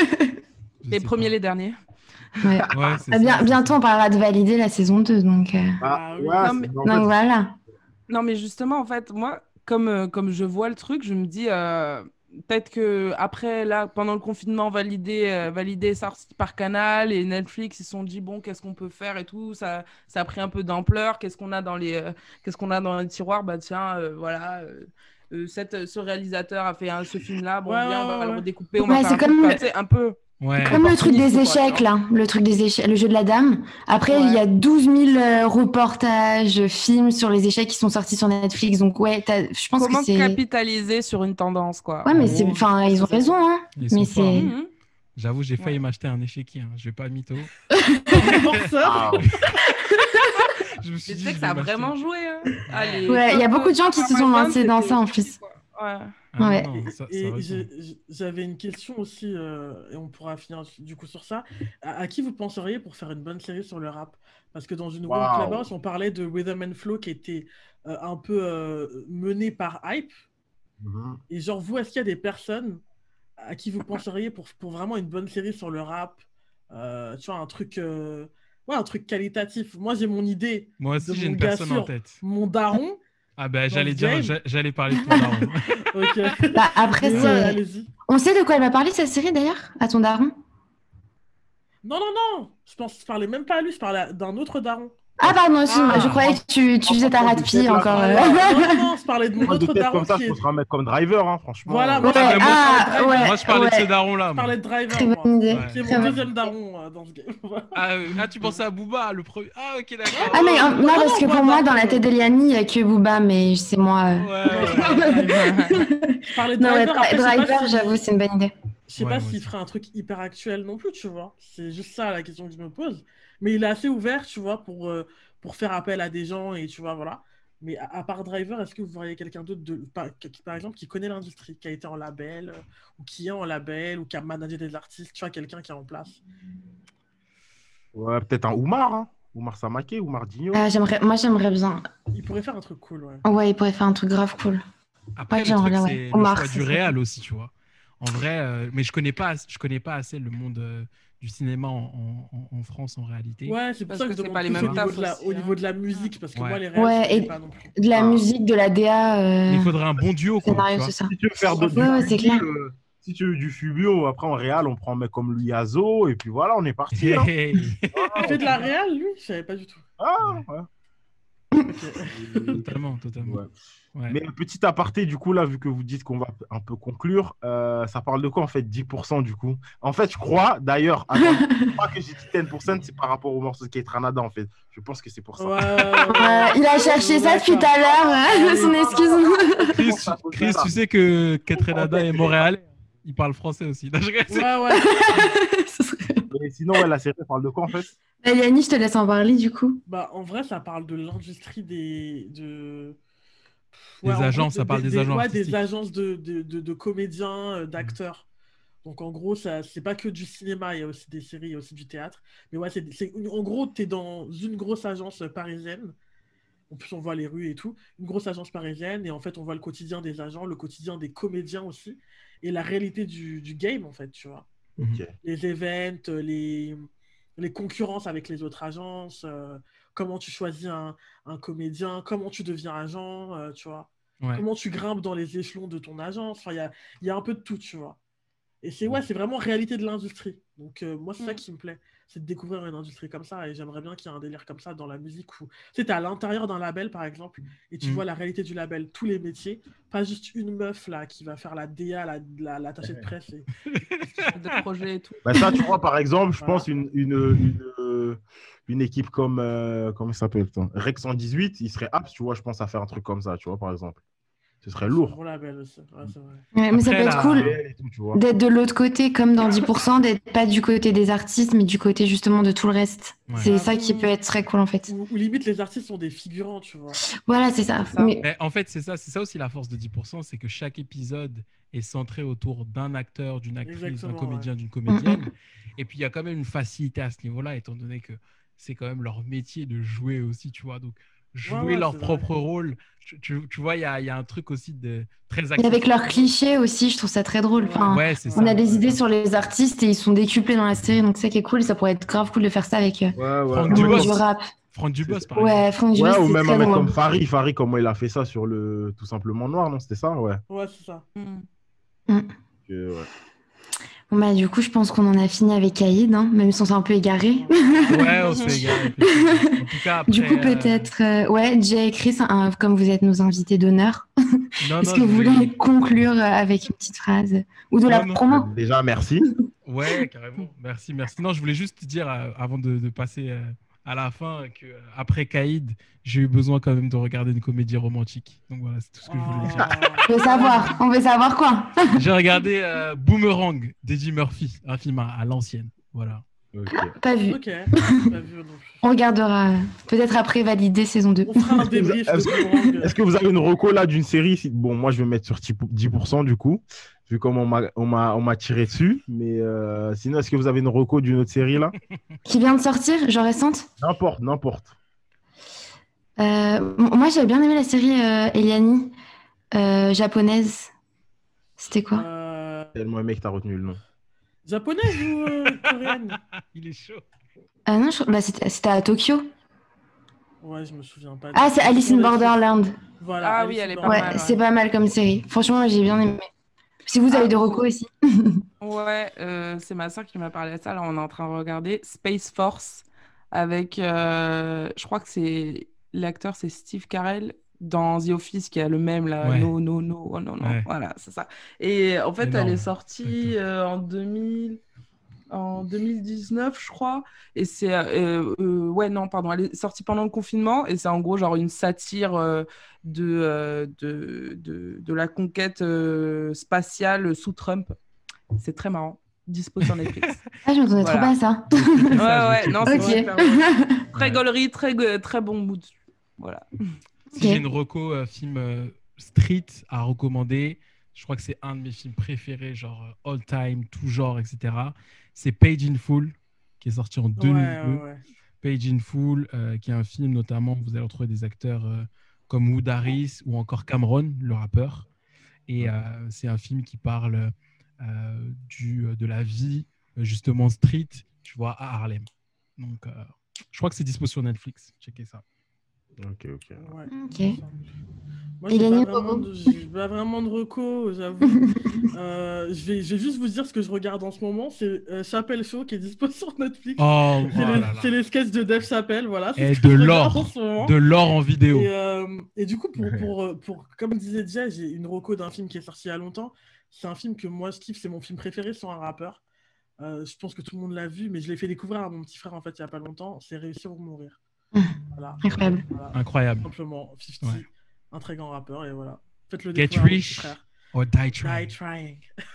je Les sais premiers, pas. les derniers. Ouais. Ouais, c'est Ah, bien, ça, c'est bientôt, ça. on parlera de valider la saison deux, donc. euh, Ah, Ah oui. ouais, Non, c'est- mais- en Donc fait, voilà. Non, mais justement, en fait, moi, comme, euh, comme je vois le truc, je me dis, euh, peut-être que après, là, pendant le confinement, validé, euh, validé sorti par Canal et Netflix, ils se sont dit, bon, qu'est-ce qu'on peut faire et tout. Ça, ça a pris un peu d'ampleur. Qu'est-ce qu'on a dans les, euh, qu'est-ce qu'on a dans les tiroirs? Bah, tiens, euh, voilà. euh, euh, cette, ce réalisateur a fait un- ce film-là. Bon, Ouais, viens, on ouais, va le ouais. redécouper. On Ouais, va faire c'est un truc, comme- quoi, tu sais, un peu. Ouais. Comme le truc des Opportuniste, quoi, échecs, tu vois. là, le truc des échecs, le jeu de la dame. Après, il y a Ouais. douze mille euh, reportages, films sur les échecs qui sont sortis sur Netflix. Donc, ouais, t'as- je pense Comment que c'est. capitaliser sur une tendance, quoi. Ouais, en mais gros, c'est. je Enfin, pense ils que ont c'est raison, ça. hein. Ils Mais sont forts, c'est. hein. Mhm. J'avoue, j'ai failli Ouais. m'acheter un échiquier. Hein. Je vais pas mytho. Forceur. ah, Je me suis Mais dit, tu sais que je ça vais a m'acheter. vraiment joué. Hein. Allez, Ouais, il y a top, beaucoup de gens qui top se sont Amazon, lancés dans c'était ça, en foutu, plus. quoi. Ouais. Ah non, Ouais. non, ça, ça Et revient. j'ai- j'ai- j'avais une question aussi, euh, et on pourra finir du coup sur ça. À, à qui vous penseriez pour faire une bonne série sur le rap? Parce que dans une Room Waouh. Clubhouse, on parlait de Rhythm and Flow qui était euh, un peu euh, mené par Hype. mhm. Et genre, vous, est-ce qu'il y a des personnes à qui vous penseriez pour, pour vraiment une bonne série sur le rap? Euh, tu vois, un truc, euh, ouais, un truc qualitatif. Moi, j'ai mon idée. Moi aussi, de j'ai mon une gars personne en sûr. tête. Mon daron. Ah ben, Dans j'allais ce dire, game. j'a- j'allais parler de ton daron. Ok. Bah, après, Mais ouais, c'est. allez-y. On sait de quoi elle va parler, cette série, d'ailleurs, à ton daron? Non, non, non. Je pense, je parlais même pas à lui, je parlais à- d'un autre daron. Ah, pardon, excuse-moi, Ah. je croyais que tu, tu faisais ta rat pie encore. Ah, euh. non, non, non, je parlais de mon Moi, de autre tête daron comme ça, qui je est... pense un mec comme Driver, hein, franchement. Voilà, moi, Ouais, je parlais- moi, je ah, parlais de ouais. Driver. Moi, je parlais de ouais. ce daron-là. Je moi. parlais de Driver, Très moi. bonne idée. Ouais. Qui est Très mon bonne. deuxième daron euh, dans ce game. Ah, euh, ah, tu pensais à Booba, le premier. Ah, ok, d'accord. Ah, mais euh, non, non, parce que moi, pour moi, daron, dans la euh, tête d'Eliani, il n'y a que Booba, mais c'est moi. euh. Ouais, Non, ouais, je ouais. parlais de Driver. Je parlais de Non, ouais, Driver, après, je sais pas Driver, si- j'avoue, c'est une bonne idée. Je sais Ouais, pas moi s'il aussi. ferait un truc hyper actuel non plus, tu vois. C'est juste ça la question que je me pose. Mais il est assez ouvert, tu vois, pour, euh, pour faire appel à des gens et tu vois, voilà. Mais à, à part Driver, est-ce que vous voyez quelqu'un d'autre, de, par, qui, par exemple, qui connaît l'industrie, qui a été en label, euh, ou qui est en label, ou qui a managé des artistes, tu vois, quelqu'un qui est en place? Ouais, peut-être un Oumar, hein. Oumar Samaké, Oumar Digno. Ah, j'aimerais, moi, j'aimerais bien. Il pourrait faire un truc cool, ouais. Ouais, il pourrait faire un truc grave cool. Après, Ouais, le j'aimerais truc, bien, c'est ouais. le Omar, choix ça du serait réal cool. aussi, tu vois. En vrai, euh, mais je connais pas, je connais pas assez le monde euh, du cinéma en, en- en France en réalité. Ouais, c'est pour Parce ça que que je c'est demande pas les plus mêmes au niveau, tafs de la, aussi, au hein. niveau de la musique, parce que Ouais. moi, les réels, Ouais, je connais et- pas non plus. De la Ah. musique, de la D A, euh, Mais il faudrait un bon duo, quoi. scénario, tu vois. c'est ça. Si tu veux faire de, du Ouais, ouais, c'est Fubio, clair. euh, si tu veux du Fubio, après en Réal, on prend un mec comme Louis Azo, et puis voilà, on est parti. hein. Hey. Il fait de la réal, lui? Je savais pas du tout. Ah, ouais. Ok. Totalement, totalement. Ouais. Ouais. Mais petit aparté, du coup, là, vu que vous dites qu'on va un peu conclure, euh, ça parle de quoi en fait, dix pour cent du coup? En fait, je crois, d'ailleurs, attends, je crois que j'ai dit dix pour cent, c'est par rapport au morceau de Kate Ranada en fait. Je pense que c'est pour ça. Ouais, ouais, ouais. Ouais, il a cherché ça depuis tout à l'heure, hein, son excuse. Chris, Chris, tu sais que Ketrenada est montréalais. Il parle français aussi. Non, je rigole. Ouais, ouais. Ce serait- Mais sinon, ouais, la série elle parle de quoi en fait? Eliani, je te laisse en parler du coup. Bah, en vrai, ça parle de l'industrie des... De... Des Ouais, en gros, agences, ça des, parle des- des des- agents ouais, des artistiques. agences de, de, de, de comédiens, euh, d'acteurs. Donc, en gros, ça, c'est pas que du cinéma, il y a aussi des séries, il y a aussi du théâtre. Mais ouais, c'est, c'est, en gros, t'es dans une grosse agence parisienne. En plus, on voit les rues et tout. Une grosse agence parisienne. Et en fait, on voit le quotidien des agents, le quotidien des comédiens aussi. Et la réalité du, du game, en fait, tu vois. Ok. Les events, les, les concurrences avec les autres agences, euh, comment tu choisis un, un comédien, comment tu deviens agent, euh, tu vois. Ouais. Comment tu grimpes dans les échelons de ton agence. Enfin, il y a, il y a un peu de tout, tu vois. Et c'est ouais, c'est vraiment réalité de l'industrie. Donc euh, moi, c'est ça Mm. qui me plaît, c'est de découvrir une industrie comme ça. Et j'aimerais bien qu'il y ait un délire comme ça dans la musique où tu sais, t'es à l'intérieur d'un label, par exemple, et tu Mm. vois la réalité du label, tous les métiers, pas juste une meuf là qui va faire la D A, la, la, l'attachée de presse. Et... de projets et tout. Bah, ça, tu vois, par exemple, je Voilà. pense une, une, une, euh, une équipe comme, euh, comment ça s'appelle, attends, Rex cent dix-huit, il serait apte, tu vois, je pense, à faire un truc comme ça, tu vois, par exemple. Ce serait C'est un lourd. bon label aussi. Ouais, c'est vrai. Ouais, mais ça Après, peut être la- cool Et tout, tu vois. d'être de l'autre côté, comme dans dix pour cent, d'être pas du côté des artistes, mais du côté justement de tout le reste. Ouais. C'est Ah, ça qui ou- peut être très cool en fait. Ou, ou limite, les artistes sont des figurants, tu vois. Voilà, c'est ça. C'est ça. Mais Mais en fait, c'est ça, c'est ça aussi la force de dix pour cent, c'est que chaque épisode est centré autour d'un acteur, d'une actrice, d'un Exactement, comédien, ouais. d'une comédienne. Et puis il y a quand même une facilité à ce niveau-là, étant donné que c'est quand même leur métier de jouer aussi, tu vois. Donc jouer ouais, leur c'est propre rôle, tu, tu- tu vois, il y a, il y a un truc aussi de très et avec accessible. leurs clichés aussi, je trouve ça très drôle. Enfin, Ouais, c'est on ça. a des ouais, idées ouais. sur les artistes et ils sont décuplés dans la série, donc c'est ça qui est cool. Ça pourrait être grave cool de faire ça avec euh, Ouais, ouais. Franck le monde Dubos. du rap. Franck Dubos, par Ouais, exemple. Franck Ouais, Dubos, ou c'est même un très mec drôle. comme Farid. Farid, comment il a fait ça sur le Tout Simplement Noir, non? C'était ça? Ouais. Ouais, c'est ça. Mm. Mm. Que, ouais. Bon, bah, du coup, je pense qu'on en a fini avec Caïd, hein, même si on s'est un peu égaré. Ouais, on s'est égaré, effectivement. En tout cas, après. Du coup, euh, peut-être, euh, ouais, Jay et Chris, hein, comme vous êtes nos invités d'honneur, Non, est-ce non, que je vous voulais- voulez conclure euh, avec une petite phrase ou de la Non, non. promo? Déjà, merci. Ouais, carrément. Merci, merci. Non, je voulais juste te dire, euh, avant de, de passer euh, à la fin, que euh, après Caïd, j'ai eu besoin quand même de regarder une comédie romantique. Donc voilà, c'est tout ce que je voulais dire. On veut savoir, on veut savoir quoi? J'ai regardé euh, Boomerang d'Eddie Murphy, un film à, à l'ancienne. Voilà. Ok. Pas vu. Ok, pas vu non plus. On regardera euh, peut-être après valider saison deux. On fera un débrief de Est-ce que- Boomerang. Est-ce que vous avez une reco là d'une série? Si- Bon, moi, je vais mettre sur dix pour cent du coup, vu comment on m'a- on m'a on m'a tiré dessus. Mais euh, sinon, est-ce que vous avez une reco d'une autre série là? Qui vient de sortir, genre récente? N'importe, n'importe. Euh, m- moi, j'avais bien aimé la série euh, Eliani, euh, japonaise. C'était quoi? Euh, Tellement aimé que t'as retenu le nom. Japonaise ou euh, coréenne? Il est chaud. Ah non, je- bah, c'était c'était à Tokyo. Ouais, je me souviens pas. Ah, c'est Alice in Borderland. Voilà. Ah Alice oui, in elle est pas Ouais, Borderland. mal, c'est pas mal comme série. Franchement, moi, j'ai bien aimé. Si vous avez Ah, des vous- recos aussi. Ouais, euh, c'est ma soeur qui m'a parlé de ça. Là, on est en train de regarder Space Force avec, euh, je crois que c'est l'acteur, c'est Steve Carell dans The Office qui a le même là. Ouais. No, no, no, oh, non, non. Ouais. Voilà, c'est ça. Et en fait, elle Énorme est sortie euh, en deux mille, en deux mille dix-neuf, je crois. Et c'est, euh, euh, ouais, non, pardon, elle est sortie pendant le confinement et c'est en gros genre une satire euh, de, euh, de, de, de la conquête euh, spatiale sous Trump. C'est très marrant. Dispo sur Netflix. Ah, je m'entendais trop Voilà. pas ça. Je vais checker Ouais, ça, je vais ouais, checker non, ça. c'est Ok. super drôle. Très Ouais. gaulerie, très, go- très bon mood. Voilà. Si Ok. j'ai une reco euh, film euh, street à recommander, je crois que c'est un de mes films préférés, genre euh, all time, tout genre, et cetera. C'est Page in Full, qui est sorti en Ouais, deux mille deux. ouais, ouais. Page in Full, euh, qui est un film notamment où vous allez retrouver des acteurs euh, comme Wood Harris ou encore Cameron, le rappeur. Et euh, c'est un film qui parle euh, du, de la vie, euh, justement street, tu vois, à Harlem. Donc, euh, je crois que c'est dispo sur Netflix. Checkez ça. Ok, ok. Ouais. Ok. Moi, Et j'ai il a pas, une vraiment reco de, j'ai pas vraiment de reco, j'avoue. Euh, je vais, je vais juste vous dire ce que je regarde en ce moment. C'est euh, Chappelle Show qui est dispo sur Netflix. Oh, c'est, oh les, là là. c'est les sketchs de Dave Chappelle, voilà. C'est Et ce que de je regarde l'or, en ce moment. de l'or en vidéo. Et, euh, et du coup, pour, pour, euh, pour, comme disait Jay, j'ai une reco d'un film qui est sorti il y a longtemps. C'est un film que moi je kiffe, c'est mon film préféré sur un rappeur. Euh, je pense que tout le monde l'a vu, mais je l'ai fait découvrir à mon petit frère en fait il y a pas longtemps. C'est Réussir ou mourir. Voilà. Incroyable. Voilà. Incroyable. Simplement, cinquante, Ouais. un très grand rappeur, et voilà. Faites-le Get découvrir à mon petit rich frère. or die Die trying. trying.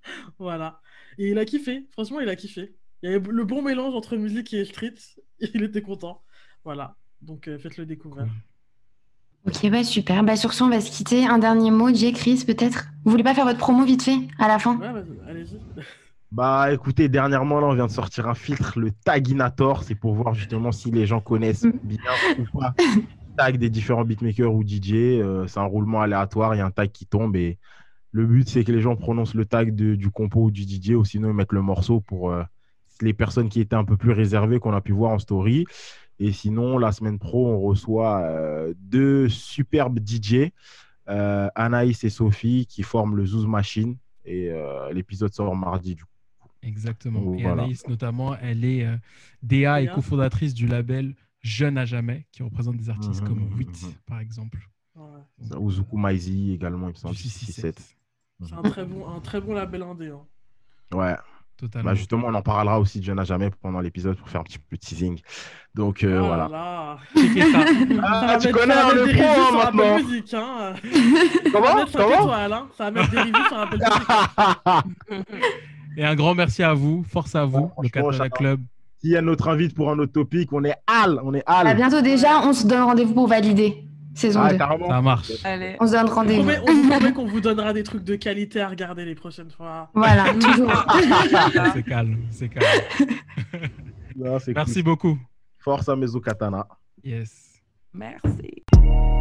Voilà. Et il a kiffé. Franchement, il a kiffé. Il y avait le bon mélange entre musique et street. Il était content. Voilà. Donc, euh, faites-le découvrir. Cool. Ok, bah super. Bah, sur ce, on va se quitter. Un dernier mot, Jay, Chris, peut-être. Vous voulez pas faire votre promo vite fait à la fin? Ouais, vas-y, allez-y. Bah écoutez, dernièrement, là, on vient de sortir un filtre, le Taginator. C'est pour voir justement si les gens connaissent Mm. bien ou pas le tag des différents beatmakers ou D J. Euh, c'est un roulement aléatoire, il y a un tag qui tombe et le but, c'est que les gens prononcent le tag de- du compo ou du D J ou sinon ils mettent le morceau pour euh, les personnes qui étaient un peu plus réservées qu'on a pu voir en story. Et sinon, la semaine pro, on reçoit euh, deux superbes D J, euh, Anaïs et Sophie, qui forment le Zouz Machine. Et euh, l'épisode sort mardi, du coup. Exactement. Donc, Et voilà. Anaïs, notamment, elle est euh, D A et D A. cofondatrice du label Jeune à Jamais, qui représente des artistes Mhm, comme mhm, Wit, mhm. par exemple. Ouais. Donc, Uzuku Maizi également, il me semble, du du six six six sept. sept. C'est un très bon, un très bon label indé. Hein. Ouais. Totalement. Bah justement, on en parlera aussi de Jeune à Jamais pendant l'épisode pour faire un petit peu de teasing. Donc euh, Oh voilà. là là. Checkez ça. Ah, Ça va tu mettre- connais ça va hein, mettre le des pro reviews hein, sur Apple maintenant. Music. Hein. Ça va Comment mettre cinq Comment étoiles. Hein. Ça va mettre des reviews sur Apple Music. Et un grand merci à vous. Force à vous, Ouais, le franchement, Katana chacun. Club. S'il y a notre invite pour un autre topic, on est Al, on est Al. À bientôt déjà. On se donne rendez-vous pour valider saison Ah, deux. carrément. Ça marche. Allez. On se donne On, rendez-vous. promet- on vous promet qu'on vous donnera des trucs de qualité à regarder les prochaines fois. Voilà, toujours. C'est calme, c'est calme. Non, c'est Merci cool. beaucoup. Force à Meso Katana. Yes. Merci.